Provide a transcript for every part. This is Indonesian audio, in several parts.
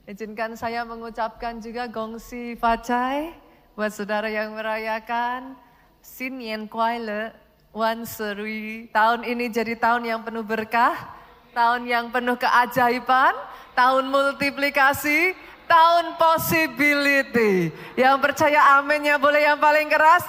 Izinkan saya mengucapkan juga gongsi facai buat saudara yang merayakan Sin Yen Kuai Le Wan Serui. Tahun ini jadi tahun yang penuh berkah, tahun yang penuh keajaiban, tahun multiplikasi, tahun possibility. Yang percaya aminnya boleh yang paling keras,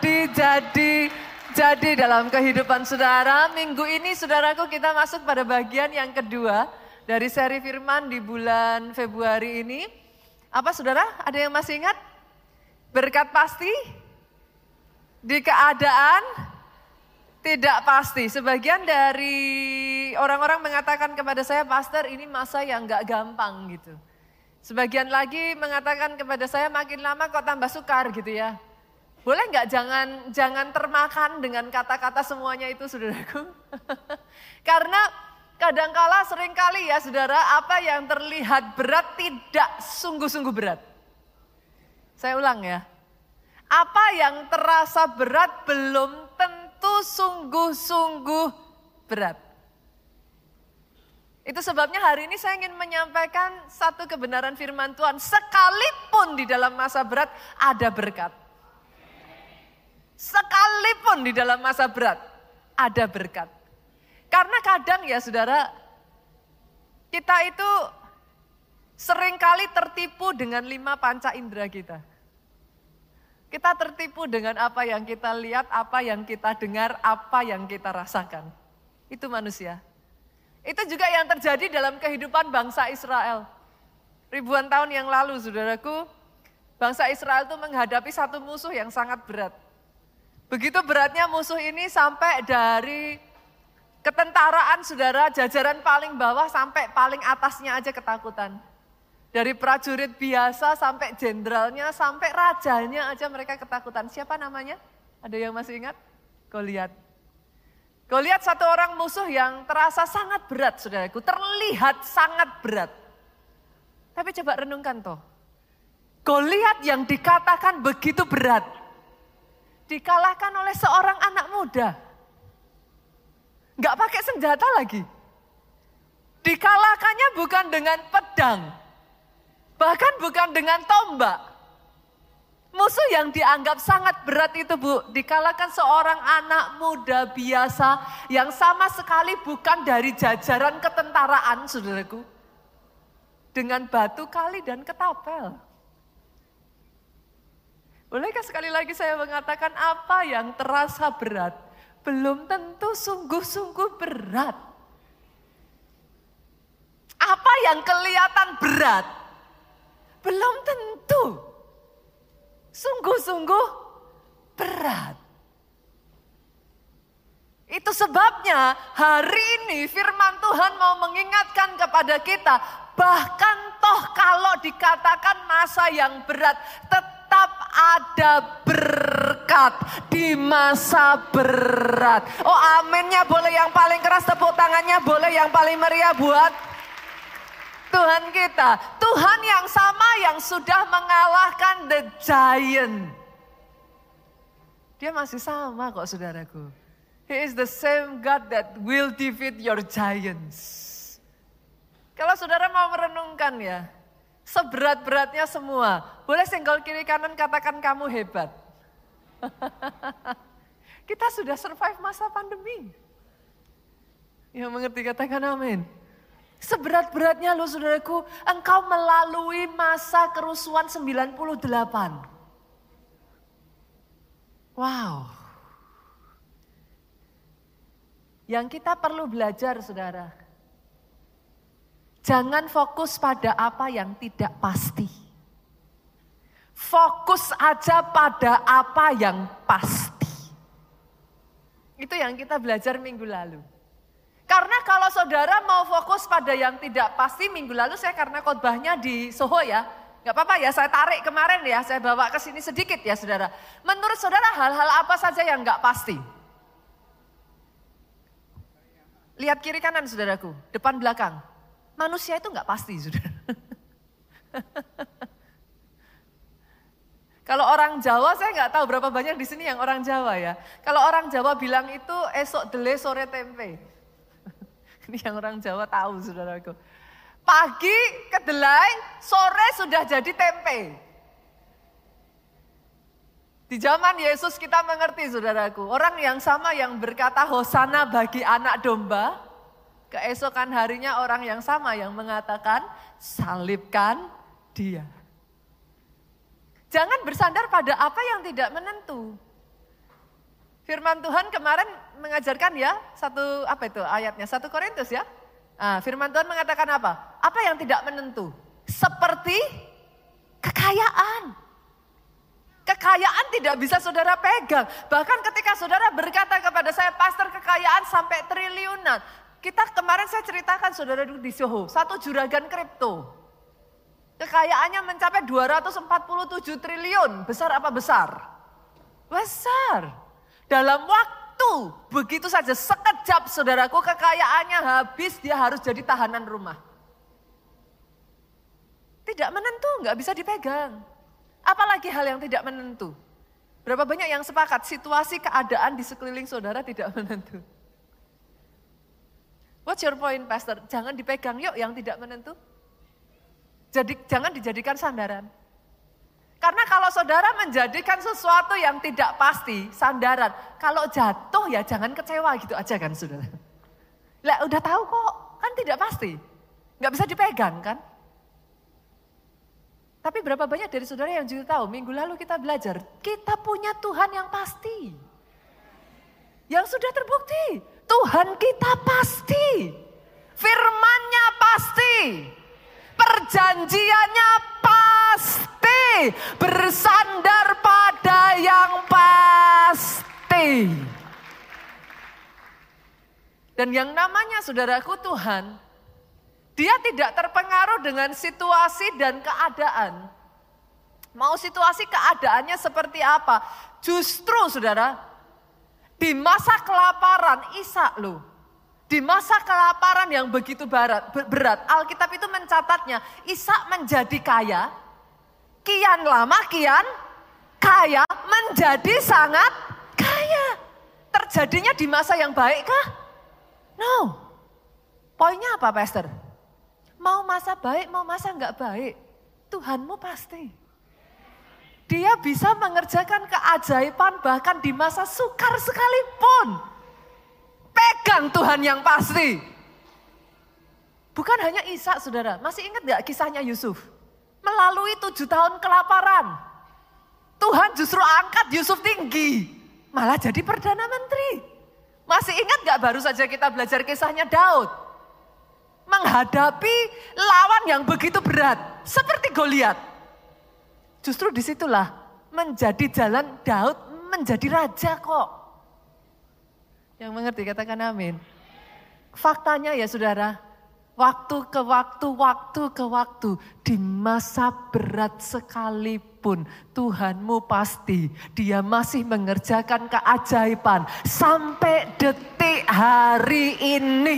jadi dalam kehidupan saudara. Minggu ini saudaraku kita masuk pada bagian yang kedua dari seri firman di bulan Februari ini. Apa saudara? Ada yang masih ingat? Berkat pasti? Di keadaan tidak pasti. Sebagian dari orang-orang mengatakan kepada saya, Pastor ini masa yang gak gampang gitu. Sebagian lagi mengatakan kepada saya makin lama kok tambah sukar gitu ya. Boleh gak jangan termakan dengan kata-kata semuanya itu saudaraku. Karena kadangkala seringkali ya saudara, apa yang terlihat berat tidak sungguh-sungguh berat. Saya ulang ya. Apa yang terasa berat belum tentu sungguh-sungguh berat. Itu sebabnya hari ini saya ingin menyampaikan satu kebenaran firman Tuhan. Sekalipun di dalam masa berat ada berkat. Sekalipun di dalam masa berat ada berkat. Karena kadang ya saudara, kita itu seringkali tertipu dengan 5 panca indera kita. Kita tertipu dengan apa yang kita lihat, apa yang kita dengar, apa yang kita rasakan. Itu manusia. Itu juga yang terjadi dalam kehidupan bangsa Israel. Ribuan tahun yang lalu saudaraku, bangsa Israel itu menghadapi satu musuh yang sangat berat. Begitu beratnya musuh ini sampai dari ketentaraan saudara, jajaran paling bawah sampai paling atasnya aja ketakutan. Dari prajurit biasa sampai jenderalnya, sampai rajanya aja mereka ketakutan. Siapa namanya? Ada yang masih ingat? Goliat. Goliat satu orang musuh yang terasa sangat berat saudaraku, terlihat sangat berat. Tapi coba renungkan toh. Goliat yang dikatakan begitu berat, dikalahkan oleh seorang anak muda. Gak pakai senjata lagi. Dikalahkannya bukan dengan pedang. Bahkan bukan dengan tombak. Musuh yang dianggap sangat berat itu dikalahkan seorang anak muda biasa yang sama sekali bukan dari jajaran ketentaraan saudaraku. Dengan batu kali dan ketapel. Bolehkah sekali lagi saya mengatakan apa yang terasa berat belum tentu sungguh-sungguh berat. Apa yang kelihatan berat belum tentu sungguh-sungguh berat. Itu sebabnya hari ini firman Tuhan mau mengingatkan kepada kita, bahkan toh kalau dikatakan masa yang berat, tetap ada berkat di masa berat. Oh aminnya boleh yang paling keras, tepuk tangannya boleh yang paling meriah buat Tuhan kita. Tuhan yang sama yang sudah mengalahkan the giant. Dia masih sama kok saudaraku. He is the same God that will defeat your giants. Kalau saudara mau merenungkan ya, seberat-beratnya semua. Boleh senggol kiri kanan katakan kamu hebat. Kita sudah survive masa pandemi. Yang mengerti katakan amin. Seberat-beratnya loh saudaraku, engkau melalui masa kerusuhan 98. Wow. Yang kita perlu belajar saudara. Jangan fokus pada apa yang tidak pasti. Fokus aja pada apa yang pasti. Itu yang kita belajar minggu lalu. Karena kalau saudara mau fokus pada yang tidak pasti, minggu lalu saya karena khotbahnya di Soho ya. Gak apa-apa ya, saya tarik kemarin ya, saya bawa ke sini sedikit ya saudara. Menurut saudara hal-hal apa saja yang gak pasti? Lihat kiri kanan saudaraku, depan belakang. Manusia itu gak pasti saudara. Kalau orang Jawa, saya gak tahu berapa banyak di sini yang orang Jawa ya. Kalau orang Jawa bilang itu esok dele sore tempe. Ini yang orang Jawa tahu saudaraku. Pagi kedelai, sore sudah jadi tempe. Di zaman Yesus kita mengerti saudaraku, orang yang sama yang berkata Hosana bagi anak domba, keesokan harinya orang yang sama yang mengatakan salibkan dia. Jangan bersandar pada apa yang tidak menentu. Firman Tuhan kemarin mengajarkan ya, ayatnya, 1 Korintus ya. Nah, firman Tuhan mengatakan apa? Apa yang tidak menentu? Seperti kekayaan. Kekayaan tidak bisa saudara pegang. Bahkan ketika saudara berkata kepada saya, pastor kekayaan sampai triliunan. Kemarin saya ceritakan saudara di Soho, satu juragan kripto. Kekayaannya mencapai 247 triliun. Besar apa besar? Besar. Dalam waktu begitu saja sekejap saudaraku kekayaannya habis, dia harus jadi tahanan rumah. Tidak menentu, nggak bisa dipegang. Apalagi hal yang tidak menentu. Berapa banyak yang sepakat situasi keadaan di sekeliling saudara tidak menentu. What's your point, Pastor? Jangan dipegang yuk yang tidak menentu. Jangan dijadikan sandaran. Karena kalau saudara menjadikan sesuatu yang tidak pasti, sandaran. Kalau jatuh ya jangan kecewa gitu aja kan saudara. Lah udah tahu kok, kan tidak pasti. Nggak bisa dipegang kan. Tapi berapa banyak dari saudara yang juga tahu, minggu lalu kita belajar, kita punya Tuhan yang pasti. Yang sudah terbukti, Tuhan kita pasti. Firman-Nya pasti. Perjanjiannya pasti, bersandar pada yang pasti. Dan yang namanya saudaraku Tuhan, dia tidak terpengaruh dengan situasi dan keadaan. Mau situasi keadaannya seperti apa? Justru saudara, di masa kelaparan Ishak loh. Di masa kelaparan yang begitu berat, Alkitab itu mencatatnya, Ishak menjadi kaya, kian lama kian kaya, menjadi sangat kaya. Terjadinya di masa yang baik kah? No. Poinnya apa, Pastor? Mau masa baik, mau masa enggak baik, Tuhanmu pasti. Dia bisa mengerjakan keajaiban bahkan di masa sukar sekalipun. Pegang Tuhan yang pasti. Bukan hanya Ishak saudara, masih ingat gak kisahnya Yusuf? Melalui 7 tahun kelaparan. Tuhan justru angkat Yusuf tinggi. Malah jadi Perdana Menteri. Masih ingat gak baru saja kita belajar kisahnya Daud? Menghadapi lawan yang begitu berat. Seperti Goliat. Justru disitulah menjadi jalan Daud menjadi raja kok. Yang mengerti katakan amin. Faktanya ya saudara, waktu ke waktu, di masa berat sekalipun Tuhanmu pasti, dia masih mengerjakan keajaiban sampai detik hari ini.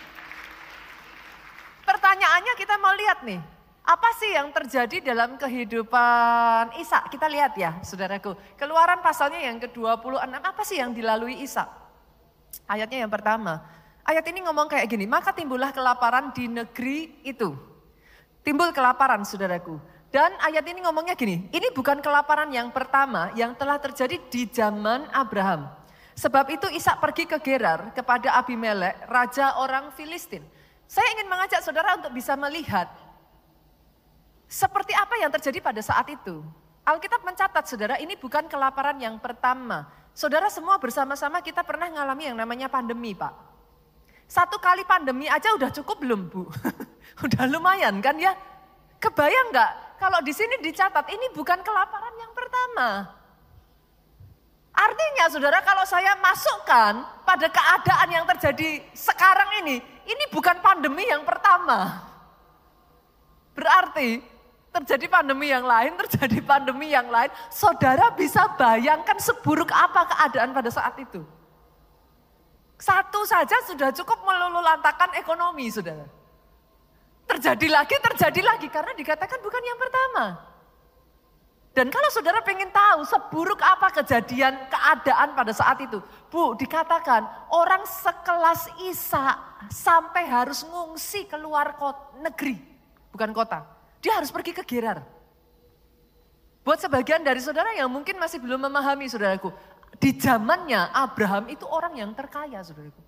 Pertanyaannya kita mau lihat nih, apa sih yang terjadi dalam kehidupan Ishak? Kita lihat ya saudaraku, Keluaran pasalnya yang ke-26, apa sih yang dilalui Ishak? Ayatnya yang pertama, ayat ini ngomong kayak gini, maka timbullah kelaparan di negeri itu. Timbul kelaparan saudaraku. Dan ayat ini ngomongnya gini, ini bukan kelaparan yang pertama yang telah terjadi di zaman Abraham. Sebab itu Ishak pergi ke Gerar kepada Abimelek, raja orang Filistin. Saya ingin mengajak saudara untuk bisa melihat seperti apa yang terjadi pada saat itu. Alkitab mencatat saudara, ini bukan kelaparan yang pertama. Saudara semua bersama-sama kita pernah ngalami yang namanya pandemi Pak. 1 kali pandemi aja udah cukup belum Bu? Udah lumayan kan ya? Kebayang gak kalau di sini dicatat ini bukan kelaparan yang pertama. Artinya saudara kalau saya masukkan pada keadaan yang terjadi sekarang ini bukan pandemi yang pertama. Berarti terjadi pandemi yang lain, saudara bisa bayangkan seburuk apa keadaan pada saat itu. Satu saja sudah cukup meluluhlantakkan ekonomi saudara. Terjadi lagi karena dikatakan bukan yang pertama. Dan kalau saudara pengen tahu seburuk apa kejadian keadaan pada saat itu. Bu, dikatakan orang sekelas Isa sampai harus ngungsi keluar negeri. Bukan kota. Dia harus pergi ke Gerar. Buat sebagian dari saudara yang mungkin masih belum memahami saudaraku. Di zamannya Abraham itu orang yang terkaya saudaraku.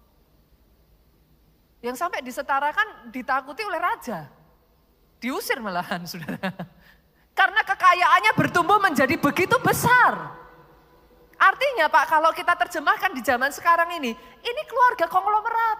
Yang sampai disetarakan ditakuti oleh raja. Diusir malahan saudara. Karena kekayaannya bertumbuh menjadi begitu besar. Artinya Pak, kalau kita terjemahkan di zaman sekarang ini keluarga konglomerat.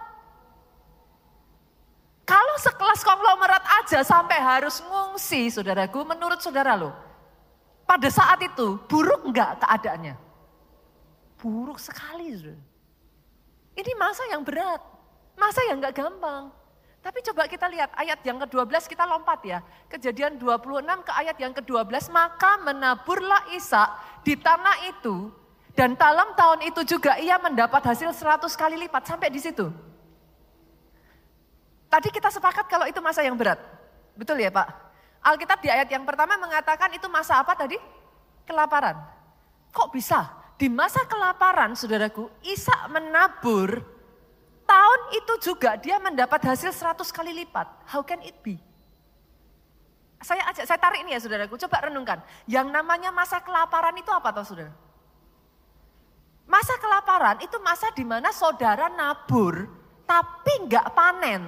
Kalau sekelas konglomerat aja sampai harus ngungsi saudaraku, menurut saudara loh. Pada saat itu buruk enggak keadaannya? Buruk sekali saudara. Ini masa yang berat, masa yang enggak gampang. Tapi coba kita lihat ayat yang ke-12 kita lompat ya. Kejadian 26 ke ayat yang ke-12. Maka menaburlah Ishak di tanah itu. Dan dalam tahun itu juga ia mendapat hasil 100 kali lipat. Sampai di situ. Tadi kita sepakat kalau itu masa yang berat. Betul ya Pak? Alkitab di ayat yang pertama mengatakan itu masa apa tadi? Kelaparan. Kok bisa? Di masa kelaparan saudaraku, Ishak menabur. Tahun itu juga dia mendapat hasil 100 kali lipat. How can it be? Saya tarik ini ya saudaraku, coba renungkan. Yang namanya masa kelaparan itu apa toh saudara? Masa kelaparan itu masa di mana saudara nabur tapi enggak panen.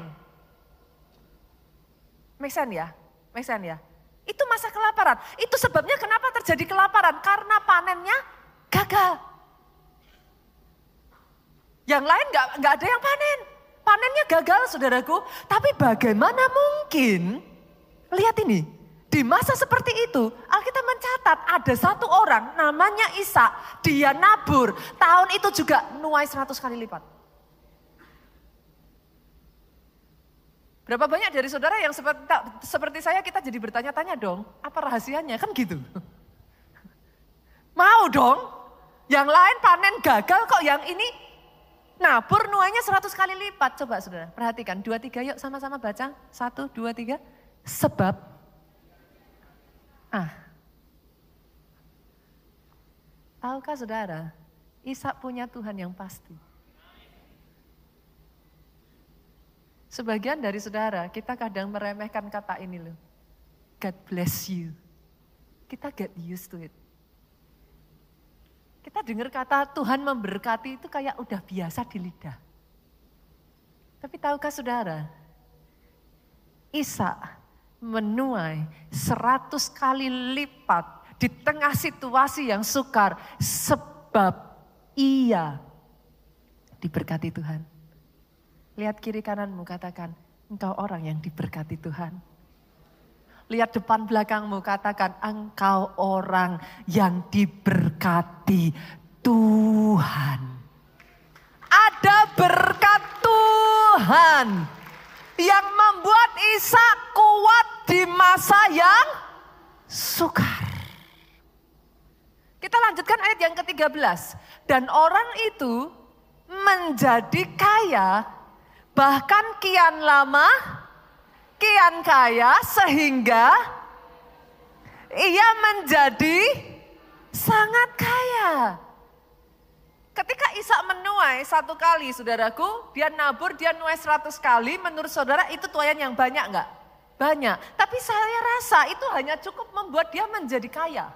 Make sense ya? Make sense ya? Itu masa kelaparan. Itu sebabnya kenapa terjadi kelaparan? Karena panennya gagal. Yang lain nggak ada yang panen. Panennya gagal saudaraku. Tapi bagaimana mungkin, lihat ini. Di masa seperti itu, Alkitab mencatat ada satu orang namanya Ishak. Dia nabur, tahun itu juga nuai 100 kali lipat. Berapa banyak dari saudara yang seperti saya kita jadi bertanya-tanya dong. Apa rahasianya? Kan gitu. Mau dong. Yang lain panen gagal kok yang ini nabur nuainya 100 kali lipat. Coba saudara, perhatikan. 2, 3 yuk sama-sama baca. 1, 2, 3. Sebab. Tahukah saudara, Ishak punya Tuhan yang pasti. Sebagian dari saudara, kita kadang meremehkan kata ini loh. God bless you. Kita get used to it. Kita dengar kata Tuhan memberkati itu kayak udah biasa di lidah. Tapi tahukah saudara, Ishak menuai 100 kali lipat di tengah situasi yang sukar sebab ia diberkati Tuhan. Lihat kiri kananmu katakan, engkau orang yang diberkati Tuhan. Lihat depan belakangmu katakan engkau orang yang diberkati Tuhan. Ada berkat Tuhan yang membuat Ishak kuat di masa yang sukar. Kita lanjutkan ayat yang ke-13. Dan orang itu menjadi kaya bahkan kian lama kian kaya sehingga ia menjadi sangat kaya. Ketika Ishak menuai 1 kali saudaraku, dia nabur, dia nuai 100 kali, menurut saudara itu tuaian yang banyak enggak? Banyak. Tapi saya rasa itu hanya cukup membuat dia menjadi kaya.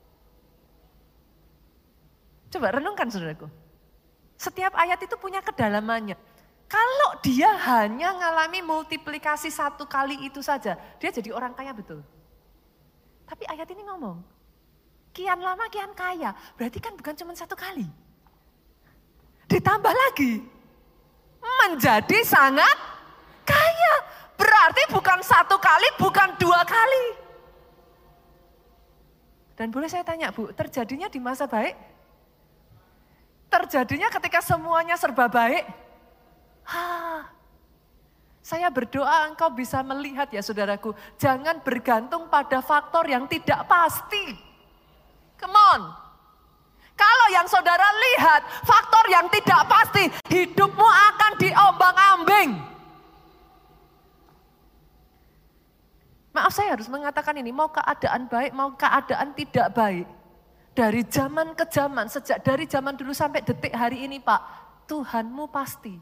Coba renungkan saudaraku. Setiap ayat itu punya kedalamannya. Kalau dia hanya ngalami multiplikasi 1 kali itu saja, dia jadi orang kaya betul. Tapi ayat ini ngomong, kian lama kian kaya, berarti kan bukan cuma 1 kali. Ditambah lagi, menjadi sangat kaya. Berarti bukan 1 kali, bukan 2 kali. Dan boleh saya tanya Bu, terjadinya di masa baik? Terjadinya ketika semuanya serba baik? Saya berdoa engkau bisa melihat ya saudaraku, jangan bergantung pada faktor yang tidak pasti. Come on. Kalau yang saudara lihat faktor yang tidak pasti, hidupmu akan diombang-ambing. Maaf saya harus mengatakan ini, mau keadaan baik, mau keadaan tidak baik. Dari zaman ke zaman, sejak dari zaman dulu sampai detik hari ini Pak, Tuhanmu pasti.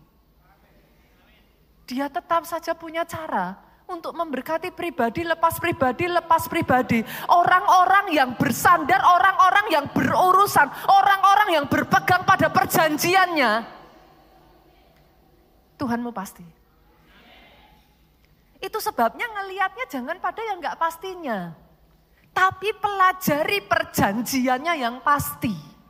Dia tetap saja punya cara untuk memberkati pribadi, lepas pribadi, lepas pribadi. Orang-orang yang bersandar, orang-orang yang berurusan, orang-orang yang berpegang pada perjanjiannya. Tuhanmu pasti. Itu sebabnya ngelihatnya jangan pada yang gak pastinya. Tapi pelajari perjanjiannya yang pasti.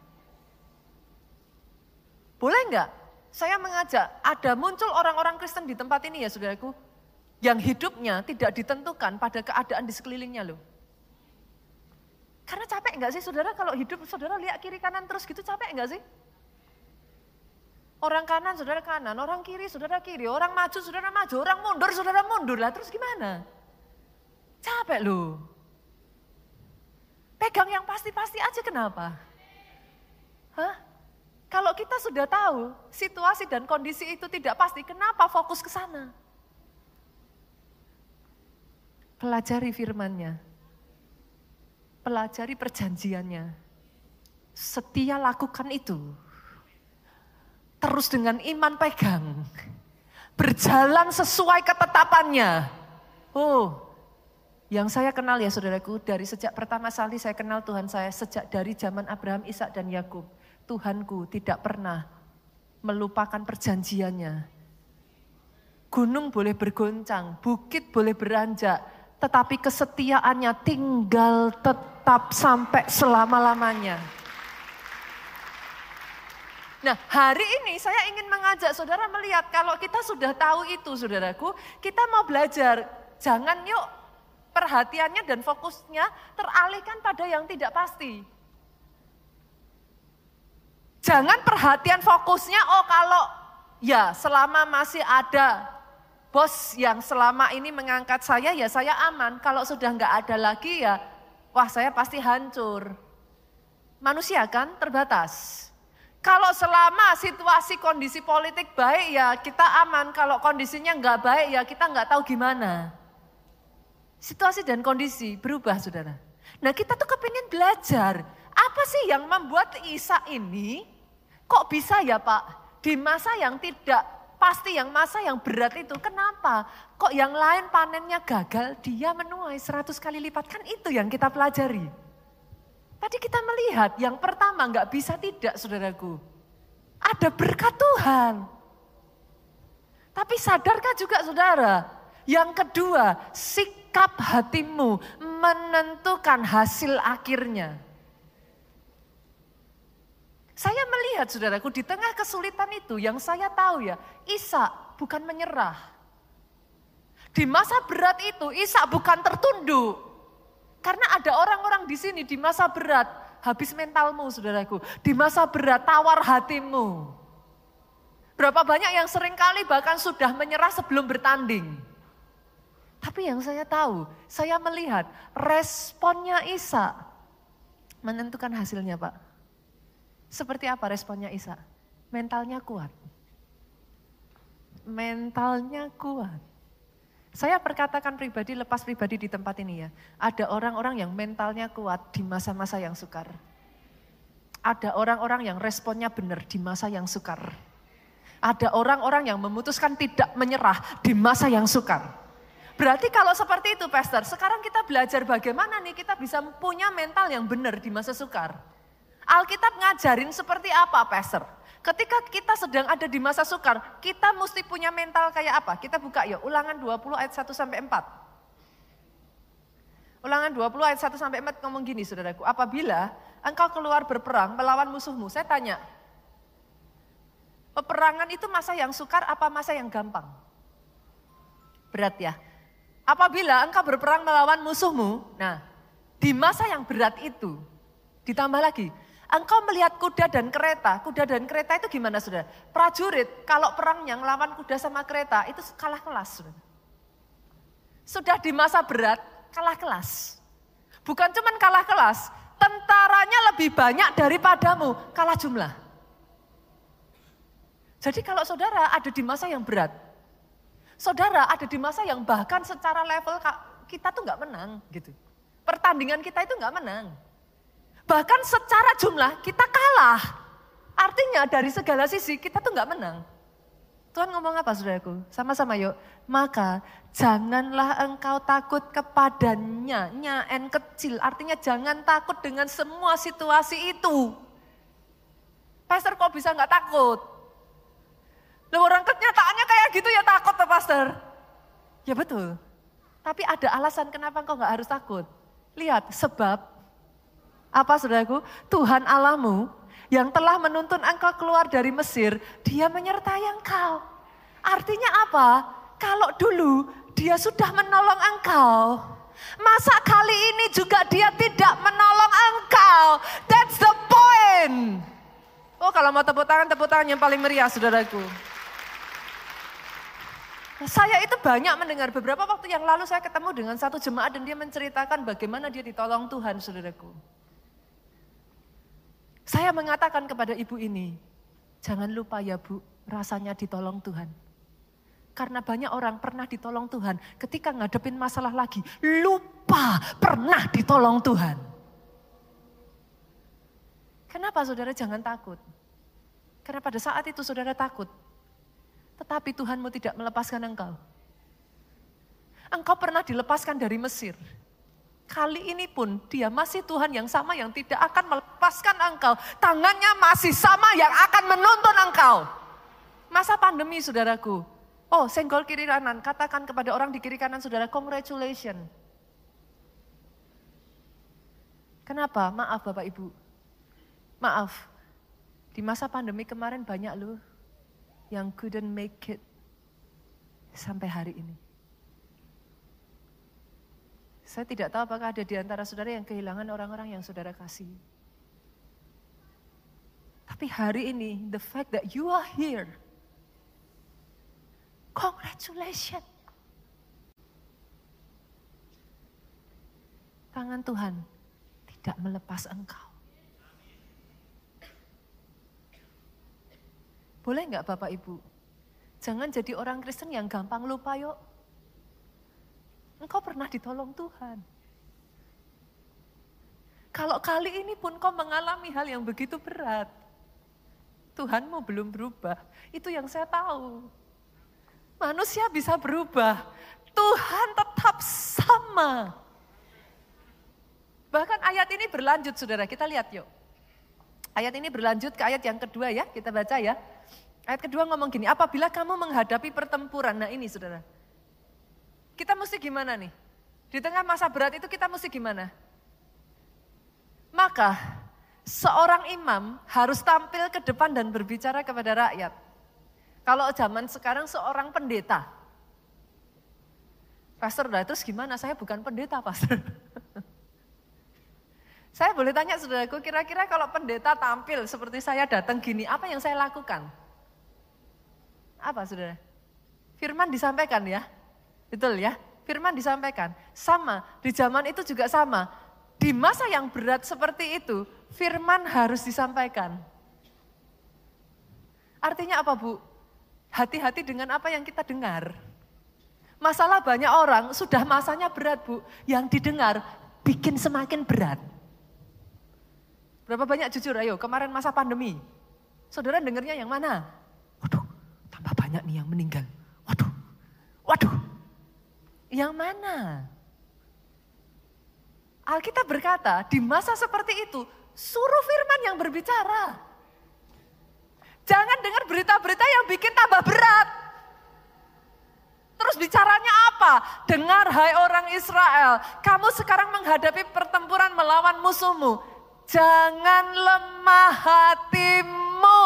Boleh gak? Saya mengajak, ada muncul orang-orang Kristen di tempat ini ya saudaraku. Yang hidupnya tidak ditentukan pada keadaan di sekelilingnya loh. Karena capek gak sih saudara kalau hidup saudara lihat kiri kanan terus gitu, capek gak sih? Orang kanan, saudara kanan, orang kiri, saudara kiri, orang maju, saudara maju, orang mundur, saudara mundur. Lah terus gimana? Capek loh. Pegang yang pasti-pasti aja kenapa? Hah? Kalau kita sudah tahu situasi dan kondisi itu tidak pasti, kenapa fokus ke sana? Pelajari firman-Nya. Pelajari perjanjiannya. Setia lakukan itu. Terus dengan iman pegang. Berjalan sesuai ketetapannya. Oh, yang saya kenal ya saudaraku, dari sejak pertama kali saya kenal Tuhan saya, sejak dari zaman Abraham, Ishak dan Yakub. Tuhanku tidak pernah melupakan perjanjiannya. Gunung boleh bergoncang, bukit boleh beranjak, tetapi kesetiaannya tinggal tetap sampai selama-lamanya. Nah, hari ini saya ingin mengajak saudara melihat kalau kita sudah tahu itu saudaraku, kita mau belajar. Jangan yuk perhatiannya dan fokusnya teralihkan pada yang tidak pasti. Jangan perhatian fokusnya, oh kalau ya selama masih ada bos yang selama ini mengangkat saya, ya saya aman. Kalau sudah enggak ada lagi ya, wah saya pasti hancur. Manusia kan terbatas. Kalau selama situasi kondisi politik baik ya kita aman, kalau kondisinya enggak baik ya kita enggak tahu gimana. Situasi dan kondisi berubah saudara. Nah kita tuh kepingin belajar, apa sih yang membuat Ishak ini kok bisa ya Pak, di masa yang tidak pasti, yang masa yang berat itu, kenapa? Kok yang lain panennya gagal, dia menuai 100 kali lipat, kan itu yang kita pelajari. Tadi kita melihat yang pertama nggak bisa tidak saudaraku. Ada berkat Tuhan. Tapi sadarkah juga saudara? Yang kedua, sikap hatimu menentukan hasil akhirnya. Saya melihat saudaraku di tengah kesulitan itu yang saya tahu ya, Ishak bukan menyerah. Di masa berat itu Ishak bukan tertunduk. Karena ada orang-orang di sini di masa berat, habis mentalmu saudaraku. Di masa berat, tawar hatimu. Berapa banyak yang seringkali bahkan sudah menyerah sebelum bertanding. Tapi yang saya tahu, saya melihat responnya Ishak menentukan hasilnya Pak. Seperti apa responnya Ishak? Mentalnya kuat. Mentalnya kuat. Saya perkatakan pribadi, lepas pribadi di tempat ini ya. Ada orang-orang yang mentalnya kuat di masa-masa yang sukar. Ada orang-orang yang responnya benar di masa yang sukar. Ada orang-orang yang memutuskan tidak menyerah di masa yang sukar. Berarti kalau seperti itu Pastor, sekarang kita belajar bagaimana nih kita bisa punya mental yang benar di masa sukar. Alkitab ngajarin seperti apa Pastor? Ketika kita sedang ada di masa sukar, kita mesti punya mental kayak apa? Kita buka yuk, Ulangan 20 ayat 1 sampai 4. Ulangan 20 ayat 1 sampai 4 ngomong gini saudaraku, apabila engkau keluar berperang melawan musuhmu, saya tanya, peperangan itu masa yang sukar apa masa yang gampang? Berat ya. Apabila engkau berperang melawan musuhmu, nah di masa yang berat itu, ditambah lagi, engkau melihat kuda dan kereta itu gimana saudara? Prajurit kalau perangnya ngelawan kuda sama kereta itu kalah kelas. Saudara. Sudah di masa berat kalah kelas. Bukan cuma kalah kelas, tentaranya lebih banyak daripadamu, kalah jumlah. Jadi kalau saudara ada di masa yang berat, saudara ada di masa yang bahkan secara level kita tuh nggak menang gitu. Pertandingan kita itu nggak menang. Bahkan secara jumlah kita kalah. Artinya dari segala sisi kita tuh nggak menang. Tuhan ngomong apa saudaraku? Sama-sama yuk. Maka janganlah engkau takut kepadanya. N kecil artinya jangan takut dengan semua situasi itu. Pastor kok bisa nggak takut? Loh orang kenyataannya kayak gitu ya takut tuh pastor. Ya betul. Tapi ada alasan kenapa engkau nggak harus takut. Lihat sebab apa saudaraku? Tuhan Allahmu yang telah menuntun engkau keluar dari Mesir, dia menyertai engkau. Artinya apa? Kalau dulu dia sudah menolong engkau, masa kali ini juga dia tidak menolong engkau? That's the point. Oh kalau mau tepuk tangan yang paling meriah saudaraku. Saya itu banyak mendengar beberapa waktu yang lalu saya ketemu dengan satu jemaat dan dia menceritakan bagaimana dia ditolong Tuhan saudaraku. Saya mengatakan kepada ibu ini, jangan lupa ya Bu, rasanya ditolong Tuhan. Karena banyak orang pernah ditolong Tuhan, ketika ngadepin masalah lagi, lupa pernah ditolong Tuhan. Kenapa saudara jangan takut? Karena pada saat itu saudara takut, tetapi Tuhanmu tidak melepaskan engkau. Engkau pernah dilepaskan dari Mesir. Kali ini pun dia masih Tuhan yang sama yang tidak akan melepaskan engkau. Tangannya masih sama yang akan menuntun engkau. Masa pandemi saudaraku. Oh senggol kiri kanan, katakan kepada orang di kiri kanan saudara, congratulations. Kenapa? Maaf Bapak Ibu. Maaf. Di masa pandemi kemarin banyak loh yang couldn't make it sampai hari ini. Saya tidak tahu apakah ada di antara saudara yang kehilangan orang-orang yang saudara kasih. Tapi hari ini, the fact that you are here, congratulations. Tangan Tuhan tidak melepas engkau. Boleh enggak Bapak Ibu? Jangan jadi orang Kristen yang gampang lupa yuk. Engkau pernah ditolong Tuhan. Kalau kali ini pun kau mengalami hal yang begitu berat, Tuhanmu belum berubah. Itu yang saya tahu. Manusia bisa berubah, Tuhan tetap sama. Bahkan ayat ini berlanjut saudara, kita lihat yuk. Ayat ini berlanjut ke ayat yang kedua ya, kita baca ya. Ayat kedua ngomong gini, apabila kamu menghadapi pertempuran, nah ini saudara. Kita mesti gimana nih? Di tengah masa berat itu kita mesti gimana? Maka seorang imam harus tampil ke depan dan berbicara kepada rakyat. Kalau zaman sekarang seorang pendeta. Pastor, terus gimana? Saya bukan pendeta, Pastor. Saya boleh tanya saudaraku, kira-kira kalau pendeta tampil seperti saya datang gini, apa yang saya lakukan? Apa saudara? Firman disampaikan ya. Betul ya, firman disampaikan. Sama, di zaman itu juga sama. Di masa yang berat seperti itu, firman harus disampaikan. Artinya apa Bu? Hati-hati dengan apa yang kita dengar. Masalah banyak orang sudah masanya berat Bu, yang didengar bikin semakin berat. Berapa banyak jujur ayo, kemarin masa pandemi, saudara dengarnya yang mana? Waduh, tambah banyak nih yang meninggal. Waduh. Yang mana? Alkitab berkata, di masa seperti itu, suruh firman yang berbicara. Jangan dengar berita-berita yang bikin tambah berat. Terus bicaranya apa? Dengar hai orang Israel, kamu sekarang menghadapi pertempuran melawan musuhmu. Jangan lemah hatimu.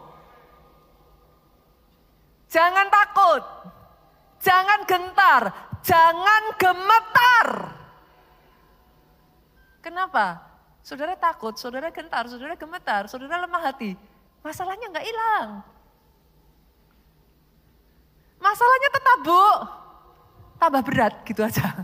Jangan takut. Jangan gentar. Jangan gemetar. Kenapa? Saudara takut, saudara gentar, saudara gemetar, saudara lemah hati. Masalahnya enggak hilang. Masalahnya tetap Bu. Tambah berat gitu aja.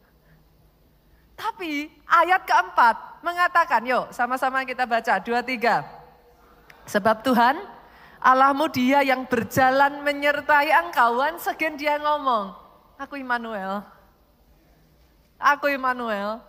Tapi ayat keempat mengatakan, yuk sama-sama kita baca 2-3. Sebab Tuhan Allahmu dia yang berjalan menyertai engkau. Once again dia ngomong, aku Immanuel. Aku Immanuel.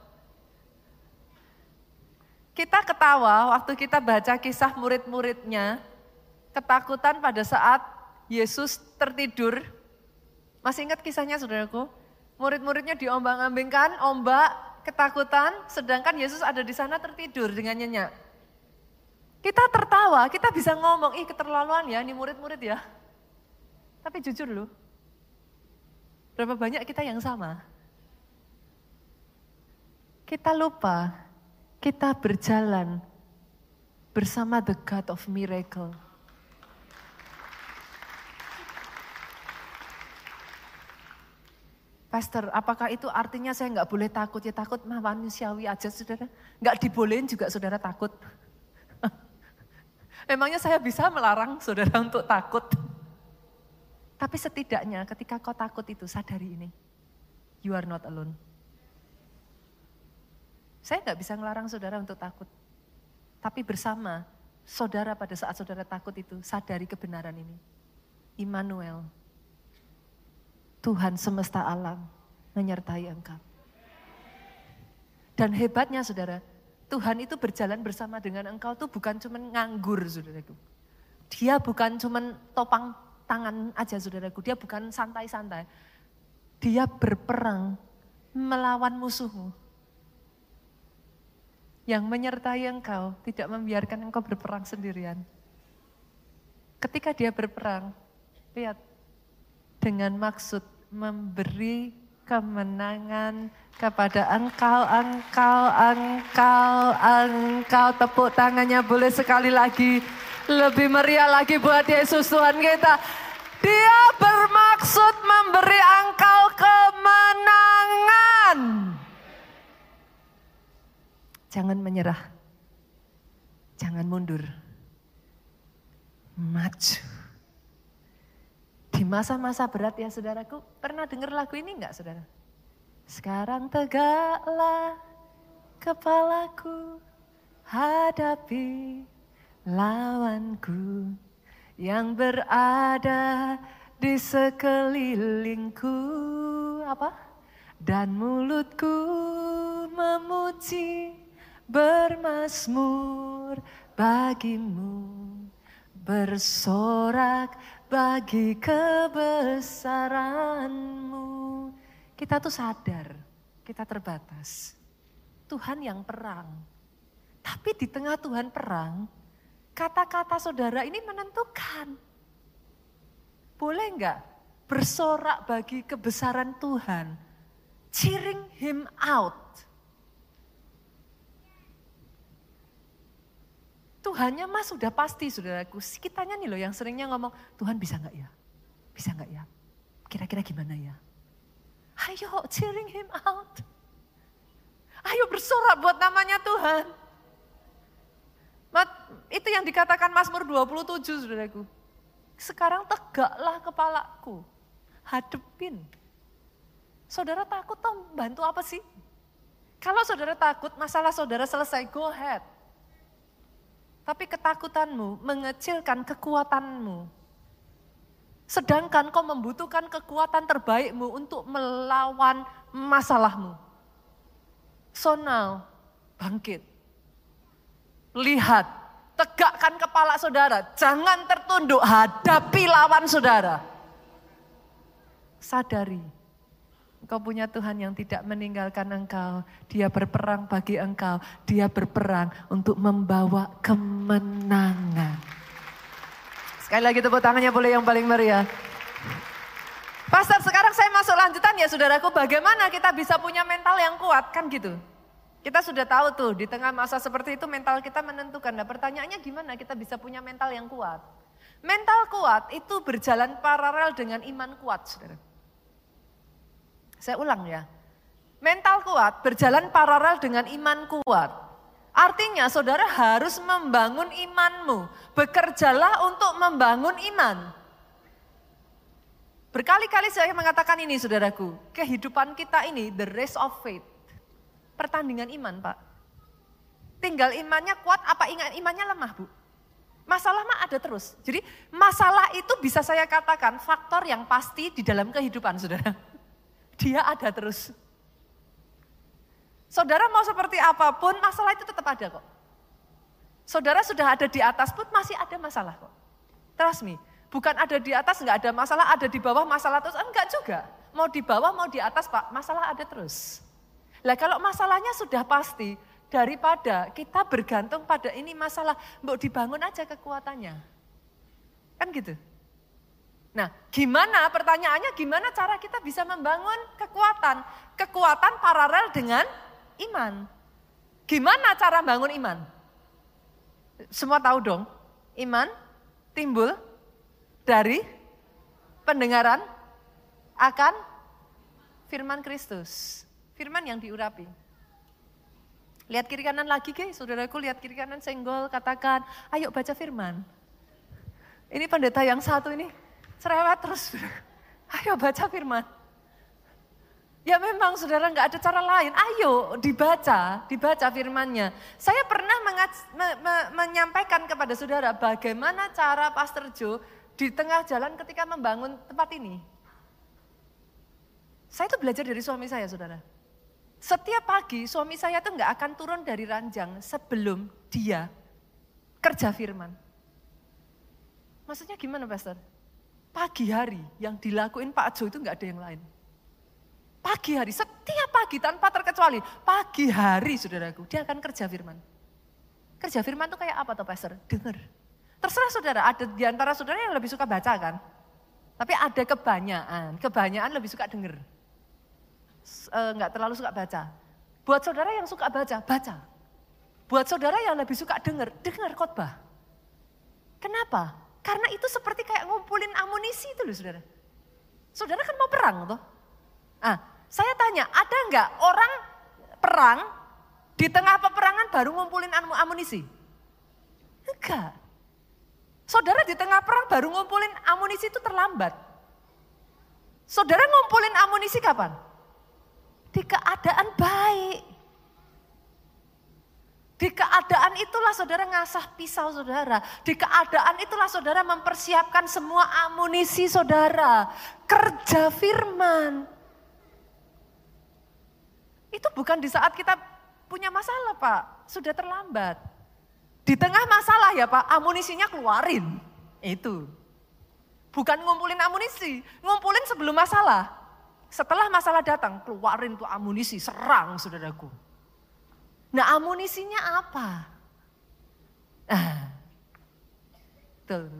Kita ketawa waktu kita baca kisah murid-muridnya, ketakutan pada saat Yesus tertidur. Masih ingat kisahnya saudaraku? Murid-muridnya diombang-ambingkan, ombak, ketakutan, sedangkan Yesus ada di sana tertidur dengan nyenyak. Kita tertawa, kita bisa ngomong, ih keterlaluan ya ini murid-murid ya. Tapi jujur loh, berapa banyak kita yang sama? Kita lupa, kita berjalan bersama the God of miracle. Pastor, apakah itu artinya saya nggak boleh takut? Ya takut mah manusiawi aja saudara. Nggak dibolehin juga saudara takut. Memangnya saya bisa melarang saudara untuk takut? Tapi setidaknya ketika kau takut itu sadari ini. You are not alone. Saya nggak bisa melarang saudara untuk takut. Tapi bersama saudara pada saat saudara takut itu sadari kebenaran ini. Immanuel. Tuhan semesta alam menyertai engkau. Dan hebatnya saudara, Tuhan itu berjalan bersama dengan engkau tuh bukan cuma nganggur saudaraku. Dia bukan cuma topang tangan aja saudaraku, dia bukan santai-santai. Dia berperang melawan musuhmu. Yang menyertai engkau tidak membiarkan engkau berperang sendirian. Ketika dia berperang, lihat, dengan maksud memberi kemenangan kepada engkau. Tepuk tangannya boleh sekali lagi. Lebih meriah lagi buat Yesus Tuhan kita. Dia bermaksud memberi engkau kemenangan. Jangan menyerah. Jangan mundur. Maju. Di masa-masa berat ya saudaraku, pernah dengar lagu ini enggak saudara? Sekarang tegaklah kepalaku, hadapi lawanku yang berada di sekelilingku. Apa? Dan mulutku memuji, bermazmur bagimu, bersorak bagi kebesaranmu. Kita tuh sadar, kita terbatas. Tuhan yang perang. Tapi di tengah Tuhan perang, kata-kata saudara ini menentukan. Boleh enggak bersorak bagi kebesaran Tuhan? Cheering him out. Tuhannya mah sudah pasti saudaraku. Kitanya nih loh yang seringnya ngomong, Tuhan bisa enggak ya? Bisa enggak ya? Kira-kira gimana ya? Ayo cheering him out. Ayo bersorak buat namanya Tuhan. Itu yang dikatakan Mazmur 27 saudaraku. Sekarang tegaklah kepalaku. Hadepin. Saudara takut toh bantu apa sih? Kalau saudara takut masalah saudara selesai, go ahead. Tapi ketakutanmu mengecilkan kekuatanmu. Sedangkan kau membutuhkan kekuatan terbaikmu untuk melawan masalahmu. So now, bangkit. Lihat, tegakkan kepala saudara. Jangan tertunduk, hadapi lawan saudara. Sadari, engkau punya Tuhan yang tidak meninggalkan engkau. Dia berperang bagi engkau. Dia berperang untuk membawa kemenangan. Sekali lagi tepuk tangannya boleh yang paling meriah. Pastor, sekarang saya masuk lanjutan ya saudaraku. Bagaimana kita bisa punya mental yang kuat, kan gitu. Kita sudah tahu tuh di tengah masa seperti itu mental kita menentukan. Nah pertanyaannya gimana kita bisa punya mental yang kuat? Mental kuat itu berjalan paralel dengan iman kuat saudara. Saya ulang ya. Mental kuat berjalan paralel dengan iman kuat. Artinya saudara harus membangun imanmu. Bekerjalah untuk membangun iman. Berkali-kali saya mengatakan ini saudaraku. Kehidupan kita ini the race of faith. Pertandingan iman Pak. Tinggal imannya kuat apa imannya lemah Bu? Masalah mah ada terus. Jadi masalah itu bisa saya katakan faktor yang pasti di dalam kehidupan saudara. Dia ada terus. Saudara mau seperti apapun, masalah itu tetap ada kok. Saudara sudah ada di atas pun masih ada masalah kok. Trust me, bukan ada di atas nggak ada masalah, ada di bawah masalah terus, enggak juga. Mau di bawah, mau di atas Pak, masalah ada terus. Lah kalau masalahnya sudah pasti, daripada kita bergantung pada ini masalah, mau dibangun aja kekuatannya. Kan gitu. Nah, gimana pertanyaannya, gimana cara kita bisa membangun kekuatan? Kekuatan paralel dengan iman. Gimana cara bangun iman? Semua tahu dong, iman timbul dari pendengaran akan firman Kristus. Firman yang diurapi. Lihat kiri kanan lagi guys, saudaraku, lihat kiri kanan senggol, katakan, ayo baca firman. Ini pendeta yang satu ini, cerewet terus. Ayo baca firman. Ya memang saudara nggak ada cara lain, ayo dibaca firmannya. Saya pernah menyampaikan kepada saudara bagaimana cara Pastor Joe di tengah jalan ketika membangun tempat ini. Saya itu belajar dari suami saya saudara. Setiap pagi suami saya tuh nggak akan turun dari ranjang sebelum dia kerja firman. Maksudnya gimana Pastor? Pagi hari yang dilakuin Pak Joe itu nggak ada yang lain. Pagi hari, setiap pagi tanpa terkecuali, pagi hari saudaraku, dia akan kerja firman. Kerja firman itu kayak apa toh Pastor? Dengar. Terserah saudara, ada di antara saudara yang lebih suka baca kan? Tapi ada kebanyakan lebih suka dengar. Enggak terlalu suka baca. Buat saudara yang suka baca. Buat saudara yang lebih suka dengar khotbah. Kenapa? Karena itu seperti kayak ngumpulin amunisi itu loh saudara. Saudara kan mau perang toh? Saya tanya, ada enggak orang perang di tengah peperangan baru ngumpulin amunisi? Enggak. Saudara di tengah perang baru ngumpulin amunisi itu terlambat. Saudara ngumpulin amunisi kapan? Di keadaan baik. Di keadaan itulah saudara ngasah pisau saudara. Di keadaan itulah saudara mempersiapkan semua amunisi saudara. Kerja firman. Itu bukan di saat kita punya masalah Pak, sudah terlambat. Di tengah masalah ya Pak, amunisinya keluarin. Itu. Bukan ngumpulin amunisi, ngumpulin sebelum masalah. Setelah masalah datang, keluarin tuh amunisi, serang saudaraku. Nah amunisinya apa? Tuh.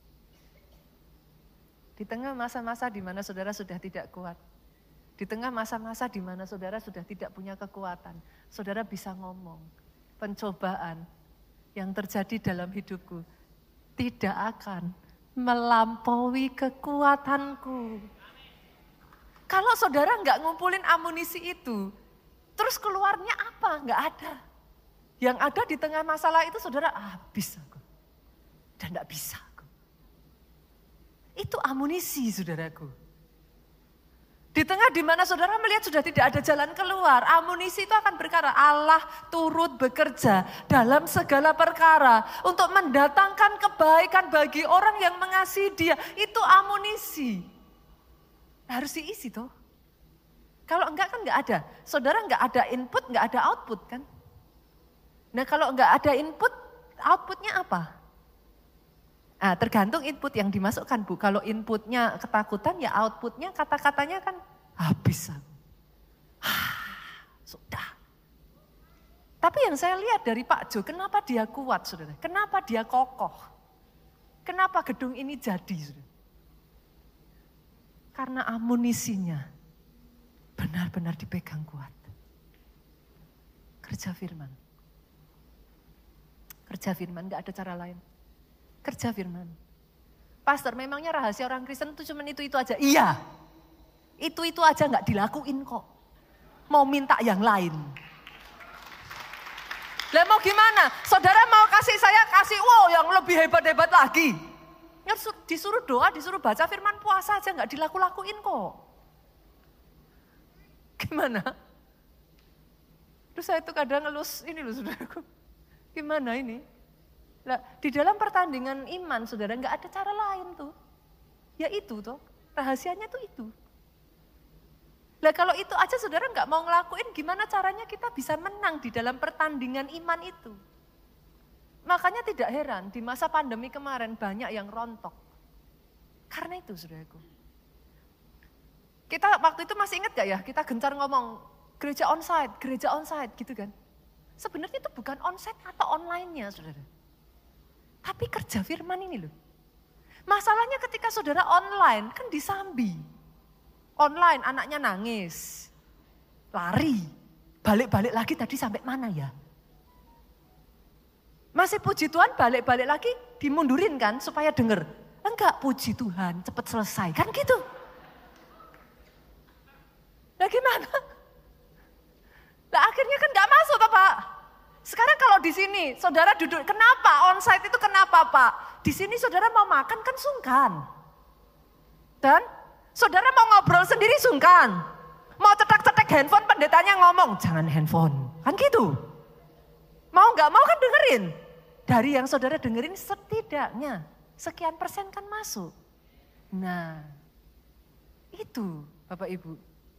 Di tengah masa-masa di mana saudara sudah tidak kuat. Di tengah masa-masa di mana saudara sudah tidak punya kekuatan, saudara bisa ngomong, pencobaan yang terjadi dalam hidupku tidak akan melampaui kekuatanku. Kalau saudara nggak ngumpulin amunisi itu, terus keluarnya apa? Nggak ada. Yang ada di tengah masalah itu saudara, habis aku. Dan nggak bisa aku. Itu amunisi saudaraku. Di tengah di mana saudara melihat sudah tidak ada jalan keluar, amunisi itu akan berkata, Allah turut bekerja dalam segala perkara untuk mendatangkan kebaikan bagi orang yang mengasihi Dia. Itu amunisi. Harus diisi toh. Kalau enggak kan enggak ada. Saudara enggak ada input, enggak ada output kan. Nah kalau enggak ada input, outputnya apa? Tergantung input yang dimasukkan Bu. Kalau inputnya ketakutan ya outputnya kata-katanya kan habis. Sudah. Tapi yang saya lihat dari Pak Jo, kenapa dia kuat saudara? Kenapa dia kokoh? Kenapa gedung ini jadi saudara? Karena amunisinya benar-benar dipegang kuat. Kerja firman. Kerja firman, gak ada cara lain. Kerja firman. Pastor, memangnya rahasia orang Kristen itu cuma itu aja? Iya. Itu aja gak dilakuin kok. Mau minta yang lain. Lah mau gimana? Saudara mau kasih saya kasih yang lebih hebat-hebat lagi. Ya disuruh doa, disuruh baca firman puasa aja gak dilaku-lakuin kok. Gimana? Terus saya tuh kadang ngelus ini loh saudaraku. Gimana ini? Nah, di dalam pertandingan iman saudara nggak ada cara lain tuh. Ya itu toh, rahasianya tuh itu. Lah kalau itu aja saudara nggak mau ngelakuin, gimana caranya kita bisa menang di dalam pertandingan iman itu? Makanya tidak heran di masa pandemi kemarin banyak yang rontok. Karena itu saudaraku. Kita waktu itu masih ingat gak ya, kita gencar ngomong gereja onsite gitu kan. Sebenarnya itu bukan onsite atau online-nya saudara. Tapi kerja firman ini loh. Masalahnya ketika saudara online kan disambi. Online anaknya nangis, lari, balik-balik lagi tadi sampai mana ya? Masih puji Tuhan balik-balik lagi dimundurin kan supaya denger. Enggak, puji Tuhan cepat selesai kan gitu. Nah gimana? Nah akhirnya kan gak masuk toh Pak. Sekarang kalau di sini saudara duduk, kenapa onsite itu kenapa Pak? Di sini saudara mau makan kan sungkan. Dan saudara mau ngobrol sendiri sungkan. Mau cetak-cetak handphone pendetanya ngomong, jangan handphone. Kan gitu. Mau gak mau kan dengerin. Dari yang saudara dengerin setidaknya sekian persen kan masuk. Nah itu Bapak Ibu.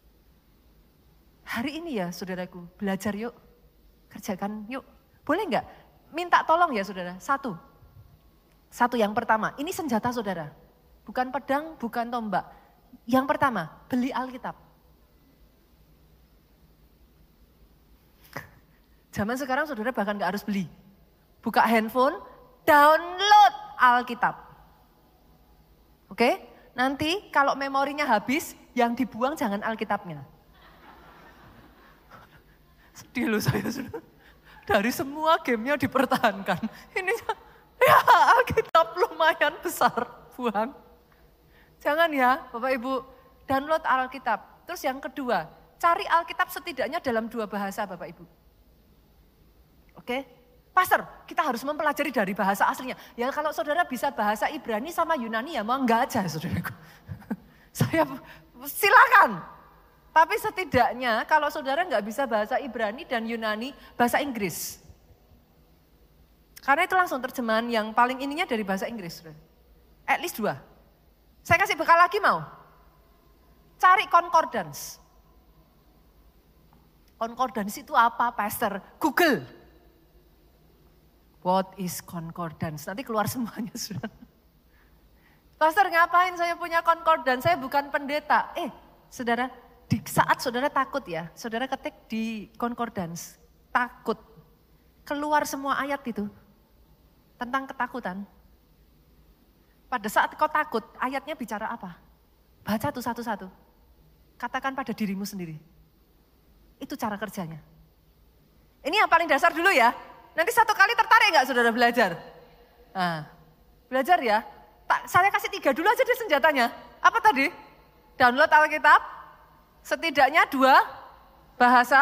Hari ini ya saudaraku belajar yuk. Kerjakan yuk. Boleh gak? Minta tolong ya saudara. Satu yang pertama, ini senjata saudara. Bukan pedang, bukan tombak. Yang pertama, beli Alkitab. Zaman sekarang saudara bahkan gak harus beli. Buka handphone, download Alkitab. Oke? Nanti kalau memorinya habis, yang dibuang jangan Alkitabnya. Sedih loh saya sudah. Dari semua gamenya dipertahankan. Ini ya Alkitab lumayan besar, buang. Jangan ya Bapak Ibu, download Alkitab. Terus yang kedua, cari Alkitab setidaknya dalam 2 bahasa Bapak Ibu. Oke? Pastor, kita harus mempelajari dari bahasa aslinya. Ya kalau saudara bisa bahasa Ibrani sama Yunani ya mau enggak aja saudaraku. Saya silakan. Tapi setidaknya kalau saudara enggak bisa bahasa Ibrani dan Yunani, bahasa Inggris. Karena itu langsung terjemahan yang paling ininya dari bahasa Inggris. At least 2. Saya kasih bekal lagi mau? Cari concordance. Concordance itu apa, Pastor? Google. What is concordance? Nanti keluar semuanya sudah. Pastor ngapain saya punya concordance? Saya bukan pendeta. Saudara, di saat saudara takut ya, saudara ketik di concordance, takut. Keluar semua ayat itu tentang ketakutan. Pada saat kau takut, ayatnya bicara apa? Baca tuh satu-satu. Katakan pada dirimu sendiri. Itu cara kerjanya. Ini yang paling dasar dulu ya. Nanti satu kali tertarik gak saudara belajar? Nah, belajar ya. Saya kasih 3 dulu aja deh senjatanya. Apa tadi? Download Alkitab. Setidaknya 2 bahasa.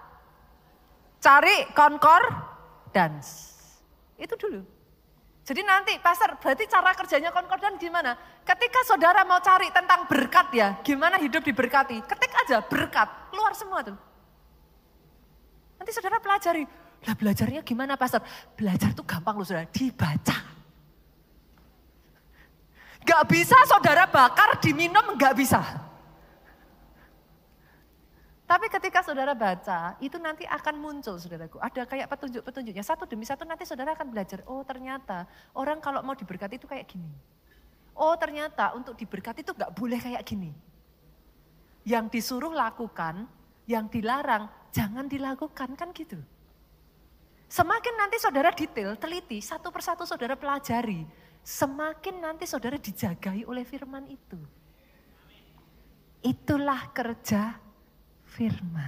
Cari concordance. Itu dulu. Jadi nanti pastor berarti cara kerjanya concordance gimana? Ketika saudara mau cari tentang berkat ya, gimana hidup diberkati? Ketik aja berkat, keluar semua tuh. Nanti saudara pelajari. Lah belajarnya gimana pastor? Belajar tuh gampang loh saudara, dibaca. Gak bisa saudara bakar, diminum gak bisa. Tapi ketika saudara baca, itu nanti akan muncul saudaraku. Ada kayak petunjuk-petunjuknya, satu demi satu nanti saudara akan belajar. Oh ternyata orang kalau mau diberkati itu kayak gini. Oh ternyata untuk diberkati itu gak boleh kayak gini. Yang disuruh lakukan, yang dilarang jangan dilakukan, kan gitu. Semakin nanti saudara detail, teliti, satu persatu saudara pelajari. Semakin nanti saudara dijagai oleh firman itu. Itulah kerja firman.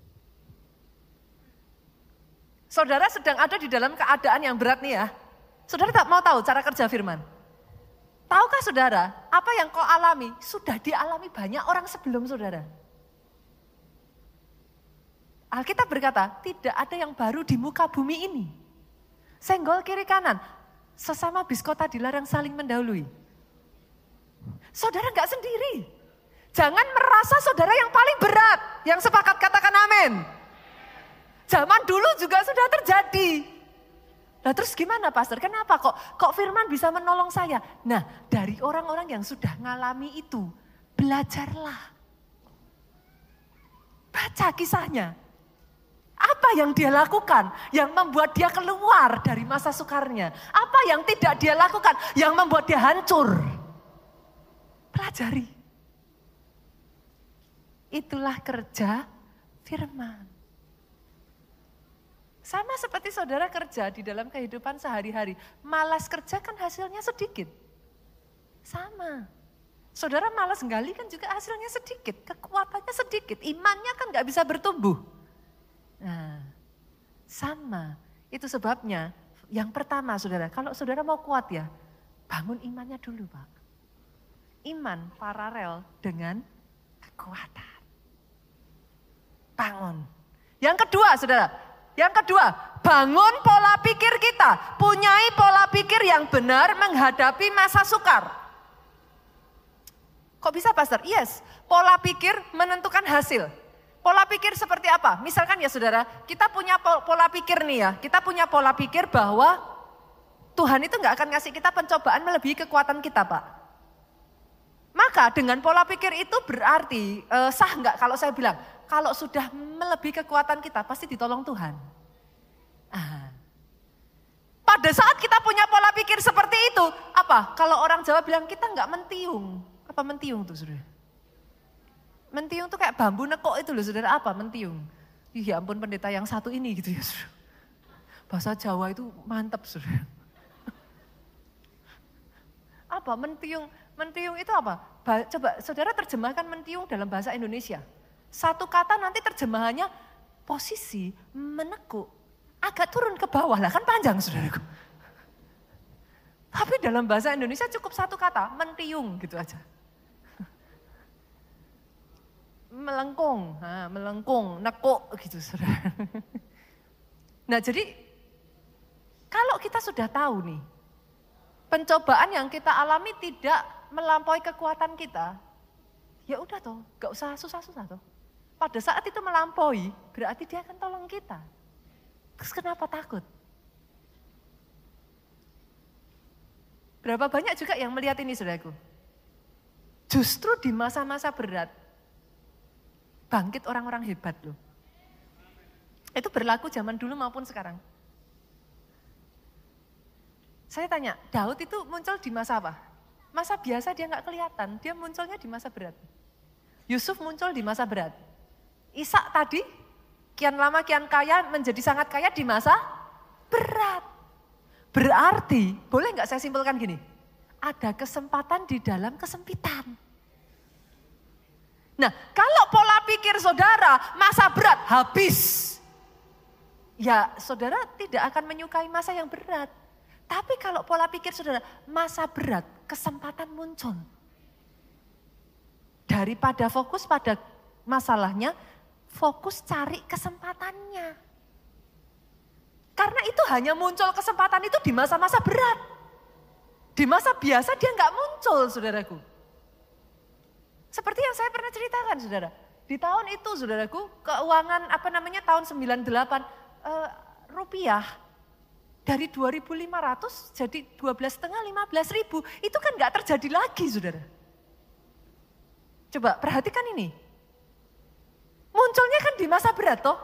Saudara sedang ada di dalam keadaan yang berat nih ya. Saudara tak mau tahu cara kerja firman? Tahukah saudara, apa yang kau alami sudah dialami banyak orang sebelum saudara. Alkitab berkata, tidak ada yang baru di muka bumi ini. Senggol kiri kanan, sesama biskota dilarang saling mendahului. Saudara enggak sendiri. Jangan merasa saudara yang paling berat. Yang sepakat katakan amin. Zaman dulu juga sudah terjadi. Nah terus gimana pastor? Kenapa kok firman bisa menolong saya? Nah dari orang-orang yang sudah ngalami itu, belajarlah. Baca kisahnya. Apa yang dia lakukan yang membuat dia keluar dari masa sukarnya? Apa yang tidak dia lakukan yang membuat dia hancur? Pelajari. Itulah kerja firman. Sama seperti saudara kerja di dalam kehidupan sehari-hari. Malas kerja kan hasilnya sedikit. Sama. Saudara malas gali kan juga hasilnya sedikit. Kekuatannya sedikit. Imannya kan gak bisa bertumbuh. Nah, sama. Itu sebabnya yang pertama saudara, kalau saudara mau kuat ya, bangun imannya dulu Pak. Iman paralel dengan kekuatan. Bangun. Yang kedua saudara, bangun pola pikir kita. Punyai pola pikir yang benar menghadapi masa sukar. Kok bisa Pastor? Yes, pola pikir menentukan hasil. Pola pikir seperti apa? Misalkan ya saudara, kita punya pola pikir nih ya. Kita punya pola pikir bahwa Tuhan itu gak akan ngasih kita pencobaan melebihi kekuatan kita Pak. Maka dengan pola pikir itu berarti sah gak kalau saya bilang, kalau sudah melebihi kekuatan kita pasti ditolong Tuhan. Pada saat kita punya pola pikir seperti itu, apa? Kalau orang Jawa bilang kita gak mentiung. Apa mentiung tuh saudara? Mentiung tuh kayak bambu nekok itu loh saudara, apa mentiung? Ya ampun pendeta yang satu ini gitu ya saudara. Bahasa Jawa itu mantap saudara. Apa mentiung? Mentiung itu apa? Coba saudara terjemahkan mentiung dalam bahasa Indonesia. Satu kata nanti terjemahannya posisi menekuk. Agak turun ke bawah lah kan panjang saudaraku. Tapi dalam bahasa Indonesia cukup satu kata, mentiung gitu aja. Melengkung, nekuk gitu saudara. Nah jadi kalau kita sudah tahu nih, pencobaan yang kita alami tidak melampaui kekuatan kita, ya udah toh, gak usah susah-susah toh. Pada saat itu melampaui, berarti dia akan tolong kita. Terus kenapa takut? Berapa banyak juga yang melihat ini saudaraku. Justru di masa-masa berat, bangkit orang-orang hebat loh. Itu berlaku zaman dulu maupun sekarang. Saya tanya, Daud itu muncul di masa apa? Masa biasa dia nggak kelihatan, dia munculnya di masa berat. Yusuf muncul di masa berat. Ishak tadi, kian lama kian kaya, menjadi sangat kaya di masa berat. Berarti, boleh nggak saya simpulkan gini? Ada kesempatan di dalam kesempitan. Nah, kalau pola pikir saudara masa berat habis, ya saudara tidak akan menyukai masa yang berat. Tapi kalau pola pikir saudara masa berat, kesempatan muncul. Daripada fokus pada masalahnya, fokus cari kesempatannya. Karena itu hanya muncul kesempatan itu di masa-masa berat. Di masa biasa dia nggak muncul saudaraku. Seperti yang saya pernah ceritakan saudara. Di tahun itu saudaraku, keuangan tahun 98, rupiah dari 2.500 jadi 12,5, 15.000. Itu kan gak terjadi lagi saudara. Coba perhatikan ini. Munculnya kan di masa berat toh.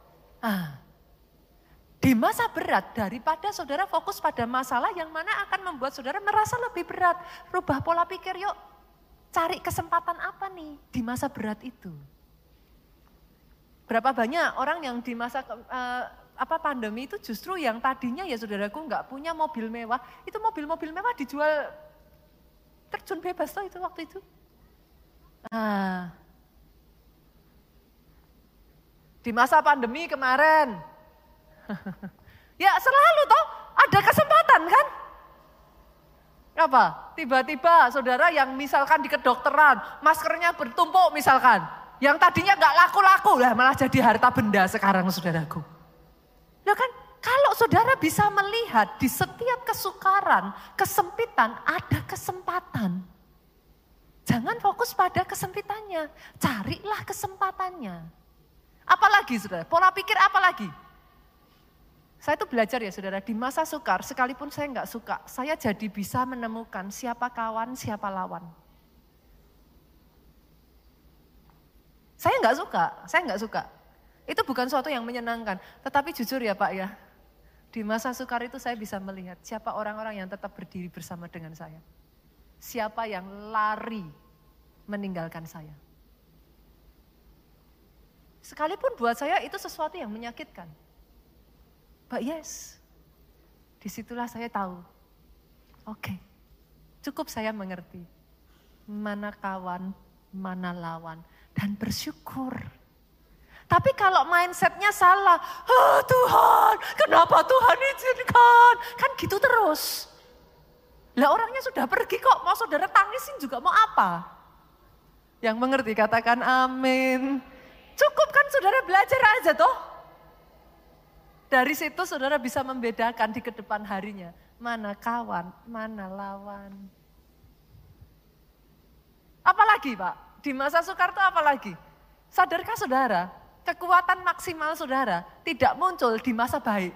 Di masa berat daripada saudara fokus pada masalah yang mana akan membuat saudara merasa lebih berat. Rubah pola pikir yuk. Cari kesempatan apa nih di masa berat itu? Berapa banyak orang yang di masa pandemi itu justru yang tadinya ya saudaraku nggak punya mobil mewah, itu mobil-mobil mewah dijual terjun bebas toh itu waktu itu. Di masa pandemi kemarin, ya selalu toh ada kesempatan kan? Apa? Tiba-tiba saudara yang misalkan di kedokteran, maskernya bertumpuk misalkan. Yang tadinya gak laku-laku lah malah jadi harta benda sekarang saudaraku. Nah kan kalau saudara bisa melihat di setiap kesukaran, kesempitan ada kesempatan. Jangan fokus pada kesempitannya, carilah kesempatannya. Apalagi saudara, pola pikir apa lagi? Saya tuh belajar ya saudara, di masa sukar sekalipun saya nggak suka, saya jadi bisa menemukan siapa kawan, siapa lawan. Saya nggak suka. Itu bukan suatu yang menyenangkan. Tetapi jujur ya Pak ya, di masa sukar itu saya bisa melihat siapa orang-orang yang tetap berdiri bersama dengan saya. Siapa yang lari meninggalkan saya. Sekalipun buat saya itu sesuatu yang menyakitkan. But yes, disitulah saya tahu. Oke, cukup saya mengerti. Mana kawan, mana lawan. Dan bersyukur. Tapi kalau mindsetnya salah, Tuhan, kenapa Tuhan izinkan? Kan gitu terus. Lah orangnya sudah pergi kok, mau saudara tangisin juga mau apa? Yang mengerti katakan amin. Cukup kan saudara belajar aja toh. Dari situ saudara bisa membedakan di kedepan harinya. Mana kawan, mana lawan. Apalagi Pak, di masa sukar itu apalagi? Sadarkah saudara, kekuatan maksimal saudara tidak muncul di masa baik.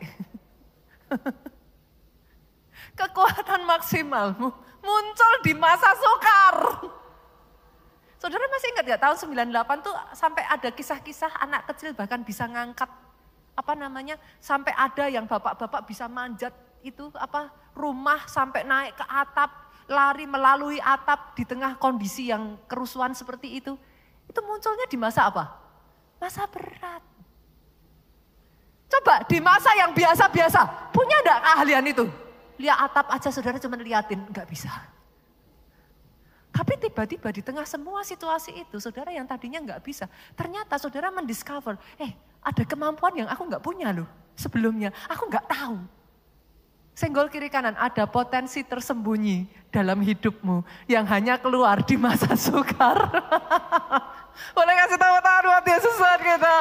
Kekuatan maksimalmu muncul di masa sukar. Saudara masih ingat gak tahun 98 tuh sampai ada kisah-kisah anak kecil bahkan bisa ngangkat sampai ada yang bapak-bapak bisa manjat itu rumah sampai naik ke atap, lari melalui atap di tengah kondisi yang kerusuhan seperti itu. Itu munculnya di masa apa? Masa berat. Coba di masa yang biasa-biasa, punya enggak keahlian itu? Lihat atap aja saudara cuma liatin, enggak bisa. Tapi tiba-tiba di tengah semua situasi itu, saudara yang tadinya enggak bisa, ternyata saudara mendiscover, ada kemampuan yang aku enggak punya loh sebelumnya, aku enggak tahu. Senggol kiri kanan, ada potensi tersembunyi dalam hidupmu yang hanya keluar di masa sukar. Boleh kasih tepuk tangan buat Yesus kita.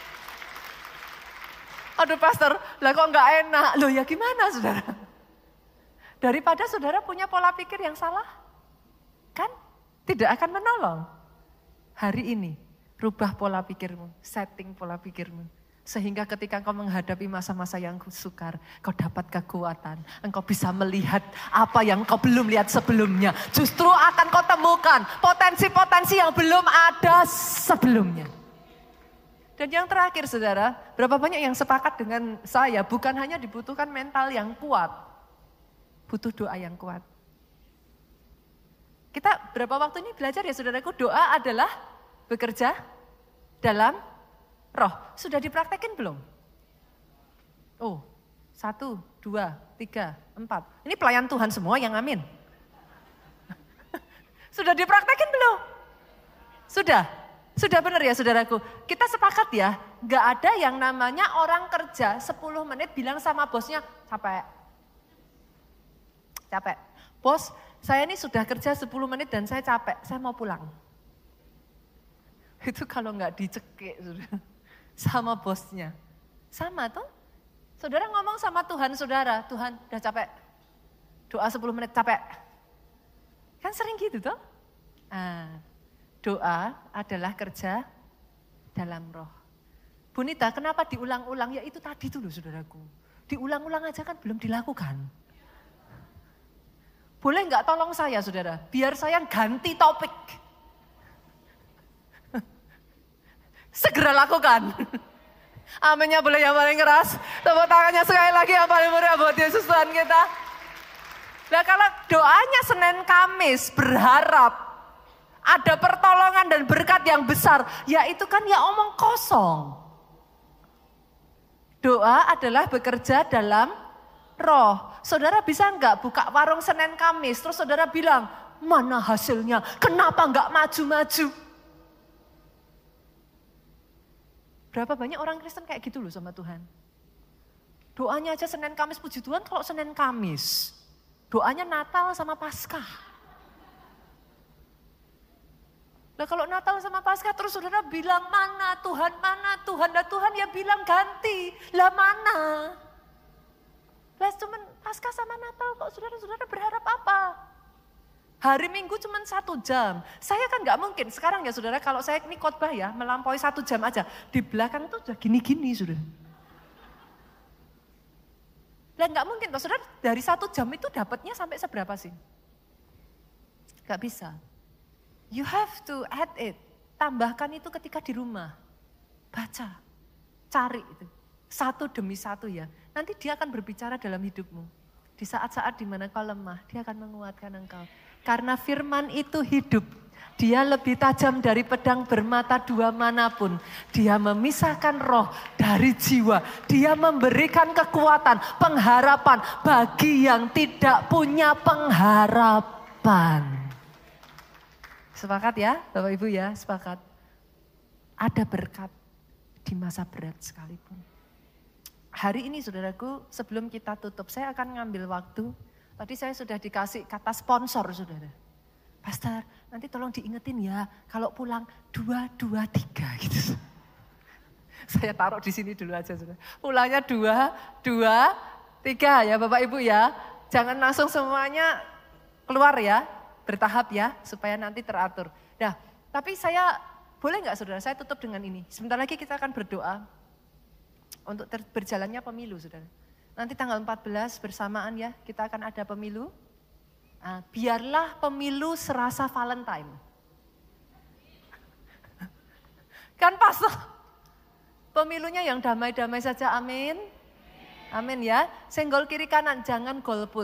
Aduh pastor, lah kok enggak enak? Loh ya gimana saudara? Daripada saudara punya pola pikir yang salah, kan tidak akan menolong. Hari ini, rubah pola pikirmu, setting pola pikirmu. Sehingga ketika engkau menghadapi masa-masa yang sukar, kau dapat kekuatan. Engkau bisa melihat apa yang kau belum lihat sebelumnya. Justru akan kau temukan potensi-potensi yang belum ada sebelumnya. Dan yang terakhir saudara, berapa banyak yang sepakat dengan saya, bukan hanya dibutuhkan mental yang kuat, butuh doa yang kuat. Kita berapa waktu ini belajar ya saudaraku, doa adalah bekerja dalam roh. Sudah dipraktekin belum? 1, 2, 3, 4. Ini pelayan Tuhan semua yang amin. Sudah dipraktekin belum? Sudah benar ya saudaraku. Kita sepakat ya, gak ada yang namanya orang kerja 10 menit bilang sama bosnya, capek. Bos, saya ini sudah kerja 10 menit dan saya capek, saya mau pulang. Itu kalau gak dicekik sama bosnya. Sama tuh. Saudara ngomong sama Tuhan saudara, Tuhan udah capek. Doa 10 menit capek. Kan sering gitu tuh. Doa adalah kerja dalam roh. Bunita, kenapa diulang-ulang? Ya itu tadi tuh loh saudaraku. Diulang-ulang aja kan belum dilakukan. Boleh nggak tolong saya saudara, biar saya ganti topik. Segera lakukan. Aminnya boleh yang paling keras. Tepuk tangannya sekali lagi yang paling meriah buat Yesus Tuhan kita. Nah kalau doanya Senin Kamis berharap ada pertolongan dan berkat yang besar, ya itu kan ya omong kosong. Doa adalah bekerja dalam roh. Saudara bisa enggak buka warung Senin Kamis, terus saudara bilang, mana hasilnya? Kenapa enggak maju-maju? Berapa banyak orang Kristen kayak gitu loh sama Tuhan. Doanya aja Senin Kamis, puji Tuhan kalau Senin Kamis. Doanya Natal sama Paskah. Nah kalau Natal sama Paskah terus saudara bilang mana Tuhan, nah Tuhan ya bilang ganti, lah mana? Lah cuman Paskah sama Natal kok saudara-saudara berharap apa? Hari Minggu cuma 1 jam. Saya kan gak mungkin, sekarang ya saudara kalau saya ini khotbah ya melampaui 1 jam aja. Di belakang tuh udah gini-gini saudara. Lah gak mungkin toh saudara dari 1 jam itu dapatnya sampai seberapa sih? Gak bisa. You have to add it. tambahkan itu ketika di rumah. Baca, cari itu. Satu demi satu ya. Nanti dia akan berbicara dalam hidupmu. Di saat-saat dimana kau lemah, dia akan menguatkan engkau. Karena firman itu hidup. Dia lebih tajam dari pedang bermata dua manapun. Dia memisahkan roh dari jiwa. Dia memberikan kekuatan, pengharapan bagi yang tidak punya pengharapan. Sepakat ya Bapak Ibu ya, sepakat. Ada berkat di masa berat sekalipun. Hari ini saudaraku, sebelum kita tutup, saya akan ngambil waktu. Tadi saya sudah dikasih kata sponsor saudara. Pastor, nanti tolong diingetin ya, kalau pulang 2, 2, 3 gitu. Saya taruh di sini dulu aja saudara. Pulangnya 2, 2, 3 ya Bapak Ibu ya. Jangan langsung semuanya keluar ya, bertahap ya, supaya nanti teratur. Nah, tapi saya, boleh nggak saudara, saya tutup dengan ini. Sebentar lagi kita akan berdoa untuk berjalannya pemilu saudara. Nanti tanggal 14 bersamaan ya, kita akan ada pemilu. Nah, biarlah pemilu serasa Valentine. Kan pas pemilunya yang damai-damai saja, amin. Amin ya. Senggol kiri kanan, jangan golput.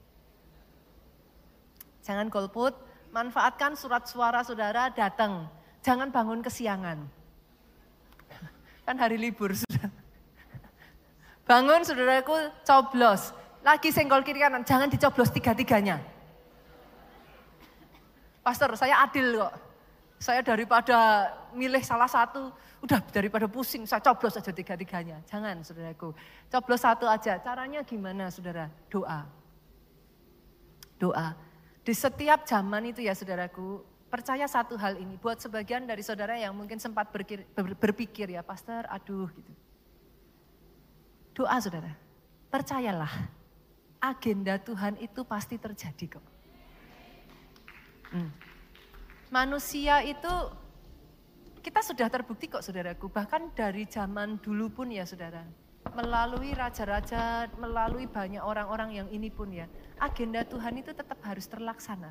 Jangan golput, manfaatkan surat suara saudara datang. Jangan bangun kesiangan. Kan hari libur sudah. Bangun saudaraku, coblos. Lagi senggol kiri kanan, jangan dicoblos tiga-tiganya. Pastor, saya adil kok. Saya daripada milih salah satu, udah daripada pusing, saya coblos aja tiga-tiganya. Jangan saudaraku, coblos satu aja. Caranya gimana saudara? Doa. Doa. Di setiap zaman itu ya saudaraku, percaya satu hal ini. Buat sebagian dari saudara yang mungkin sempat berpikir ya, Pastor, aduh gitu. Doa saudara, percayalah agenda Tuhan itu pasti terjadi kok. Manusia itu, kita sudah terbukti kok saudaraku, bahkan dari zaman dulu pun ya saudara. Melalui raja-raja, melalui banyak orang-orang yang ini pun ya. Agenda Tuhan itu tetap harus terlaksana.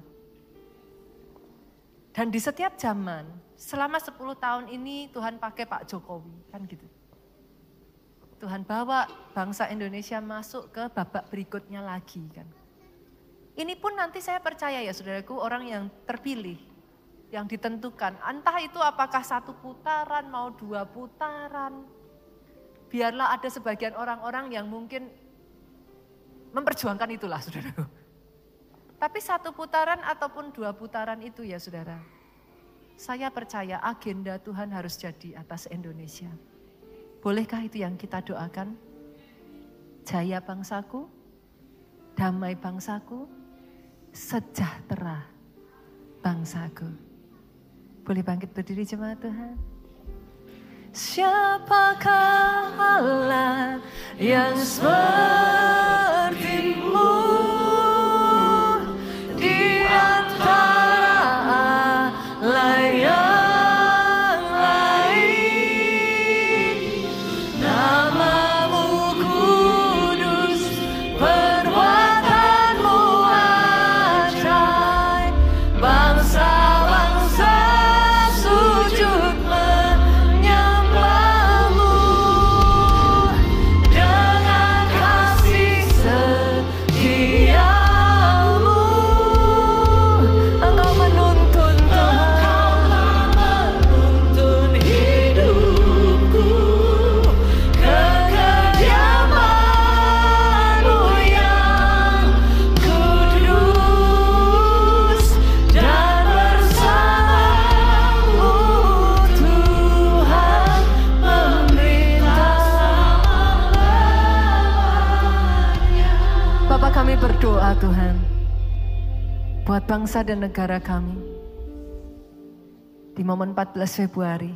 Dan di setiap zaman, selama 10 tahun ini Tuhan pakai Pak Jokowi, kan gitu. Tuhan bawa bangsa Indonesia masuk ke babak berikutnya lagi kan. Ini pun nanti saya percaya ya saudaraku, orang yang terpilih, yang ditentukan. Entah itu apakah 1 putaran, mau 2 putaran. Biarlah ada sebagian orang-orang yang mungkin memperjuangkan itulah saudaraku. Tapi 1 putaran ataupun 2 putaran itu ya saudara. Saya percaya agenda Tuhan harus jadi atas Indonesia. Bolehkah itu yang kita doakan? Jaya bangsaku, damai bangsaku, sejahtera bangsaku. Boleh bangkit berdiri jemaat Tuhan? Siapakah Allah yang seperti-Mu di antara Allah yang lain? Nama-Mu kudus, perbuatan-Mu ajaib, bangsa-bangsa sujud menyembah-Mu dengan kasih setia-Mu. Engkau menuntun Tuhan, menuntun hidupku ke kediaman-Mu yang kudus, dan bersama-Mu Tuhan memerintah selamanya. Bapa, kami berdoa Tuhan buat bangsa dan negara kami di momen 14 Februari.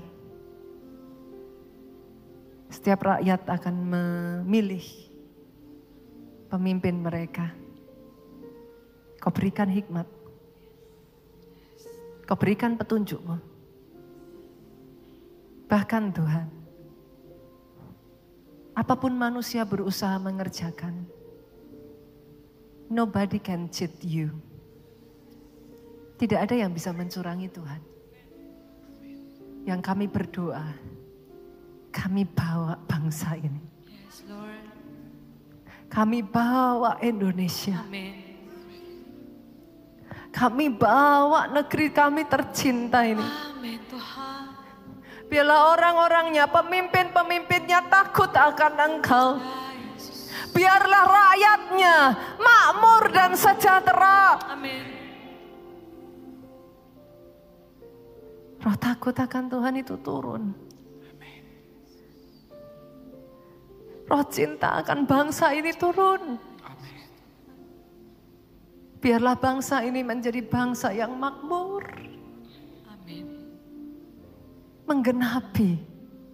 Setiap rakyat akan memilih pemimpin mereka. Kau berikan hikmat, Kau berikan petunjuk-Mu. Bahkan Tuhan, apapun manusia berusaha mengerjakan, nobody can cheat you. Tidak ada yang bisa mencurangi Tuhan. Yang kami berdoa, kami bawa bangsa ini. Yes, Lord. Kami bawa Indonesia. Amin. Kami bawa negeri kami tercinta ini. Amin Tuhan. Biarlah orang-orangnya, pemimpin-pemimpinnya takut akan Engkau. Biarlah rakyatnya makmur dan sejahtera. Amin. Roh takut akan Tuhan itu turun. Roh cinta akan bangsa ini turun. Biarlah bangsa ini menjadi bangsa yang makmur. Amin. Menggenapi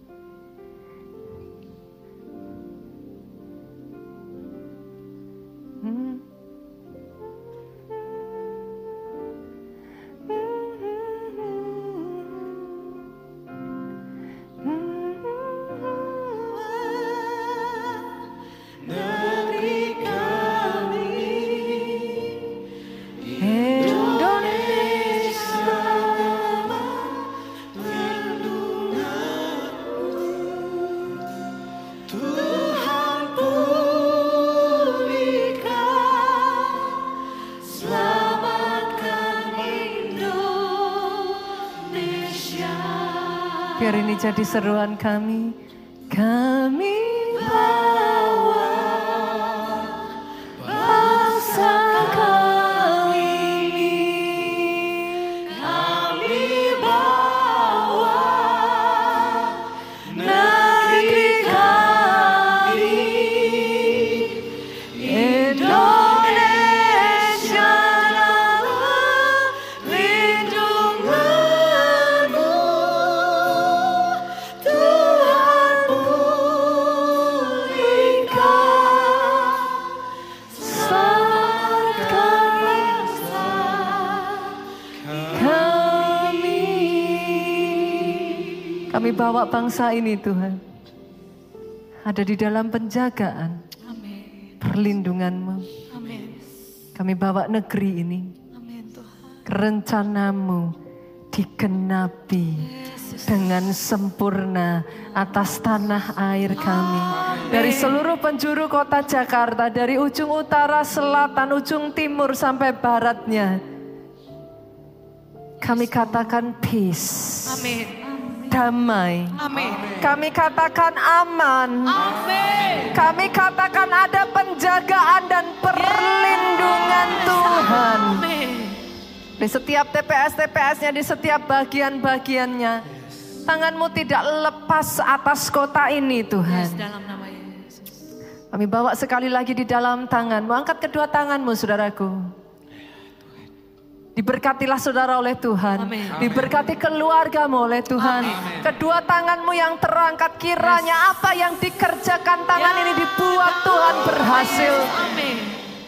biar ini jadi seruan kami. Kami bawa bangsa kami. Kami bawa negeri kami. Indonesia dalam lindungan-Mu. Tuhan pulihkan, selamatkan bangsa kami. Kami bawa bangsa ini Tuhan, ada di dalam penjagaan, Amin. perlindungan-Mu. Amin. Kami bawa negeri ini, Amin Tuhan. rencana-Mu digenapi dengan sempurna atas tanah air kami. Dari seluruh penjuru kota Jakarta, dari ujung utara, selatan, ujung timur sampai baratnya. Kami katakan peace, Amin. damai. Amin. Kami katakan aman. Amin. Kami katakan ada penjagaan dan perlindungan Tuhan. Amin. Di setiap TPS-TPS-nya, di setiap bagian-bagiannya. Tangan-Mu tidak lepas atas kota ini Tuhan. Dalam nama Yesus. Kami bawa sekali lagi di dalam tangan-Mu. Angkat kedua tangan-Mu saudaraku. Diberkatilah saudara oleh Tuhan. Amin. Diberkati keluarga-Mu oleh Tuhan. Kedua tangan-Mu yang terangkat, kiranya apa yang dikerjakan tangan ini dibuat Tuhan berhasil. Amin.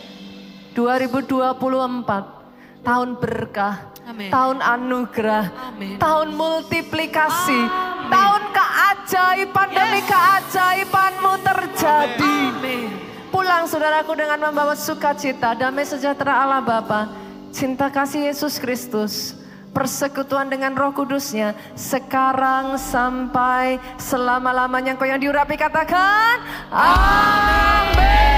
2024 tahun berkah, Amin. tahun anugerah, Amin. tahun multiplikasi, tahun keajaiban demi keajaiban-Mu terjadi. Amin. Pulang saudaraku dengan membawa sukacita, damai sejahtera Allah Bapa, cinta kasih Yesus Kristus, persekutuan dengan Roh Kudus-Nya sekarang sampai selama-lamanya. Engkau yang diurapi katakan amin.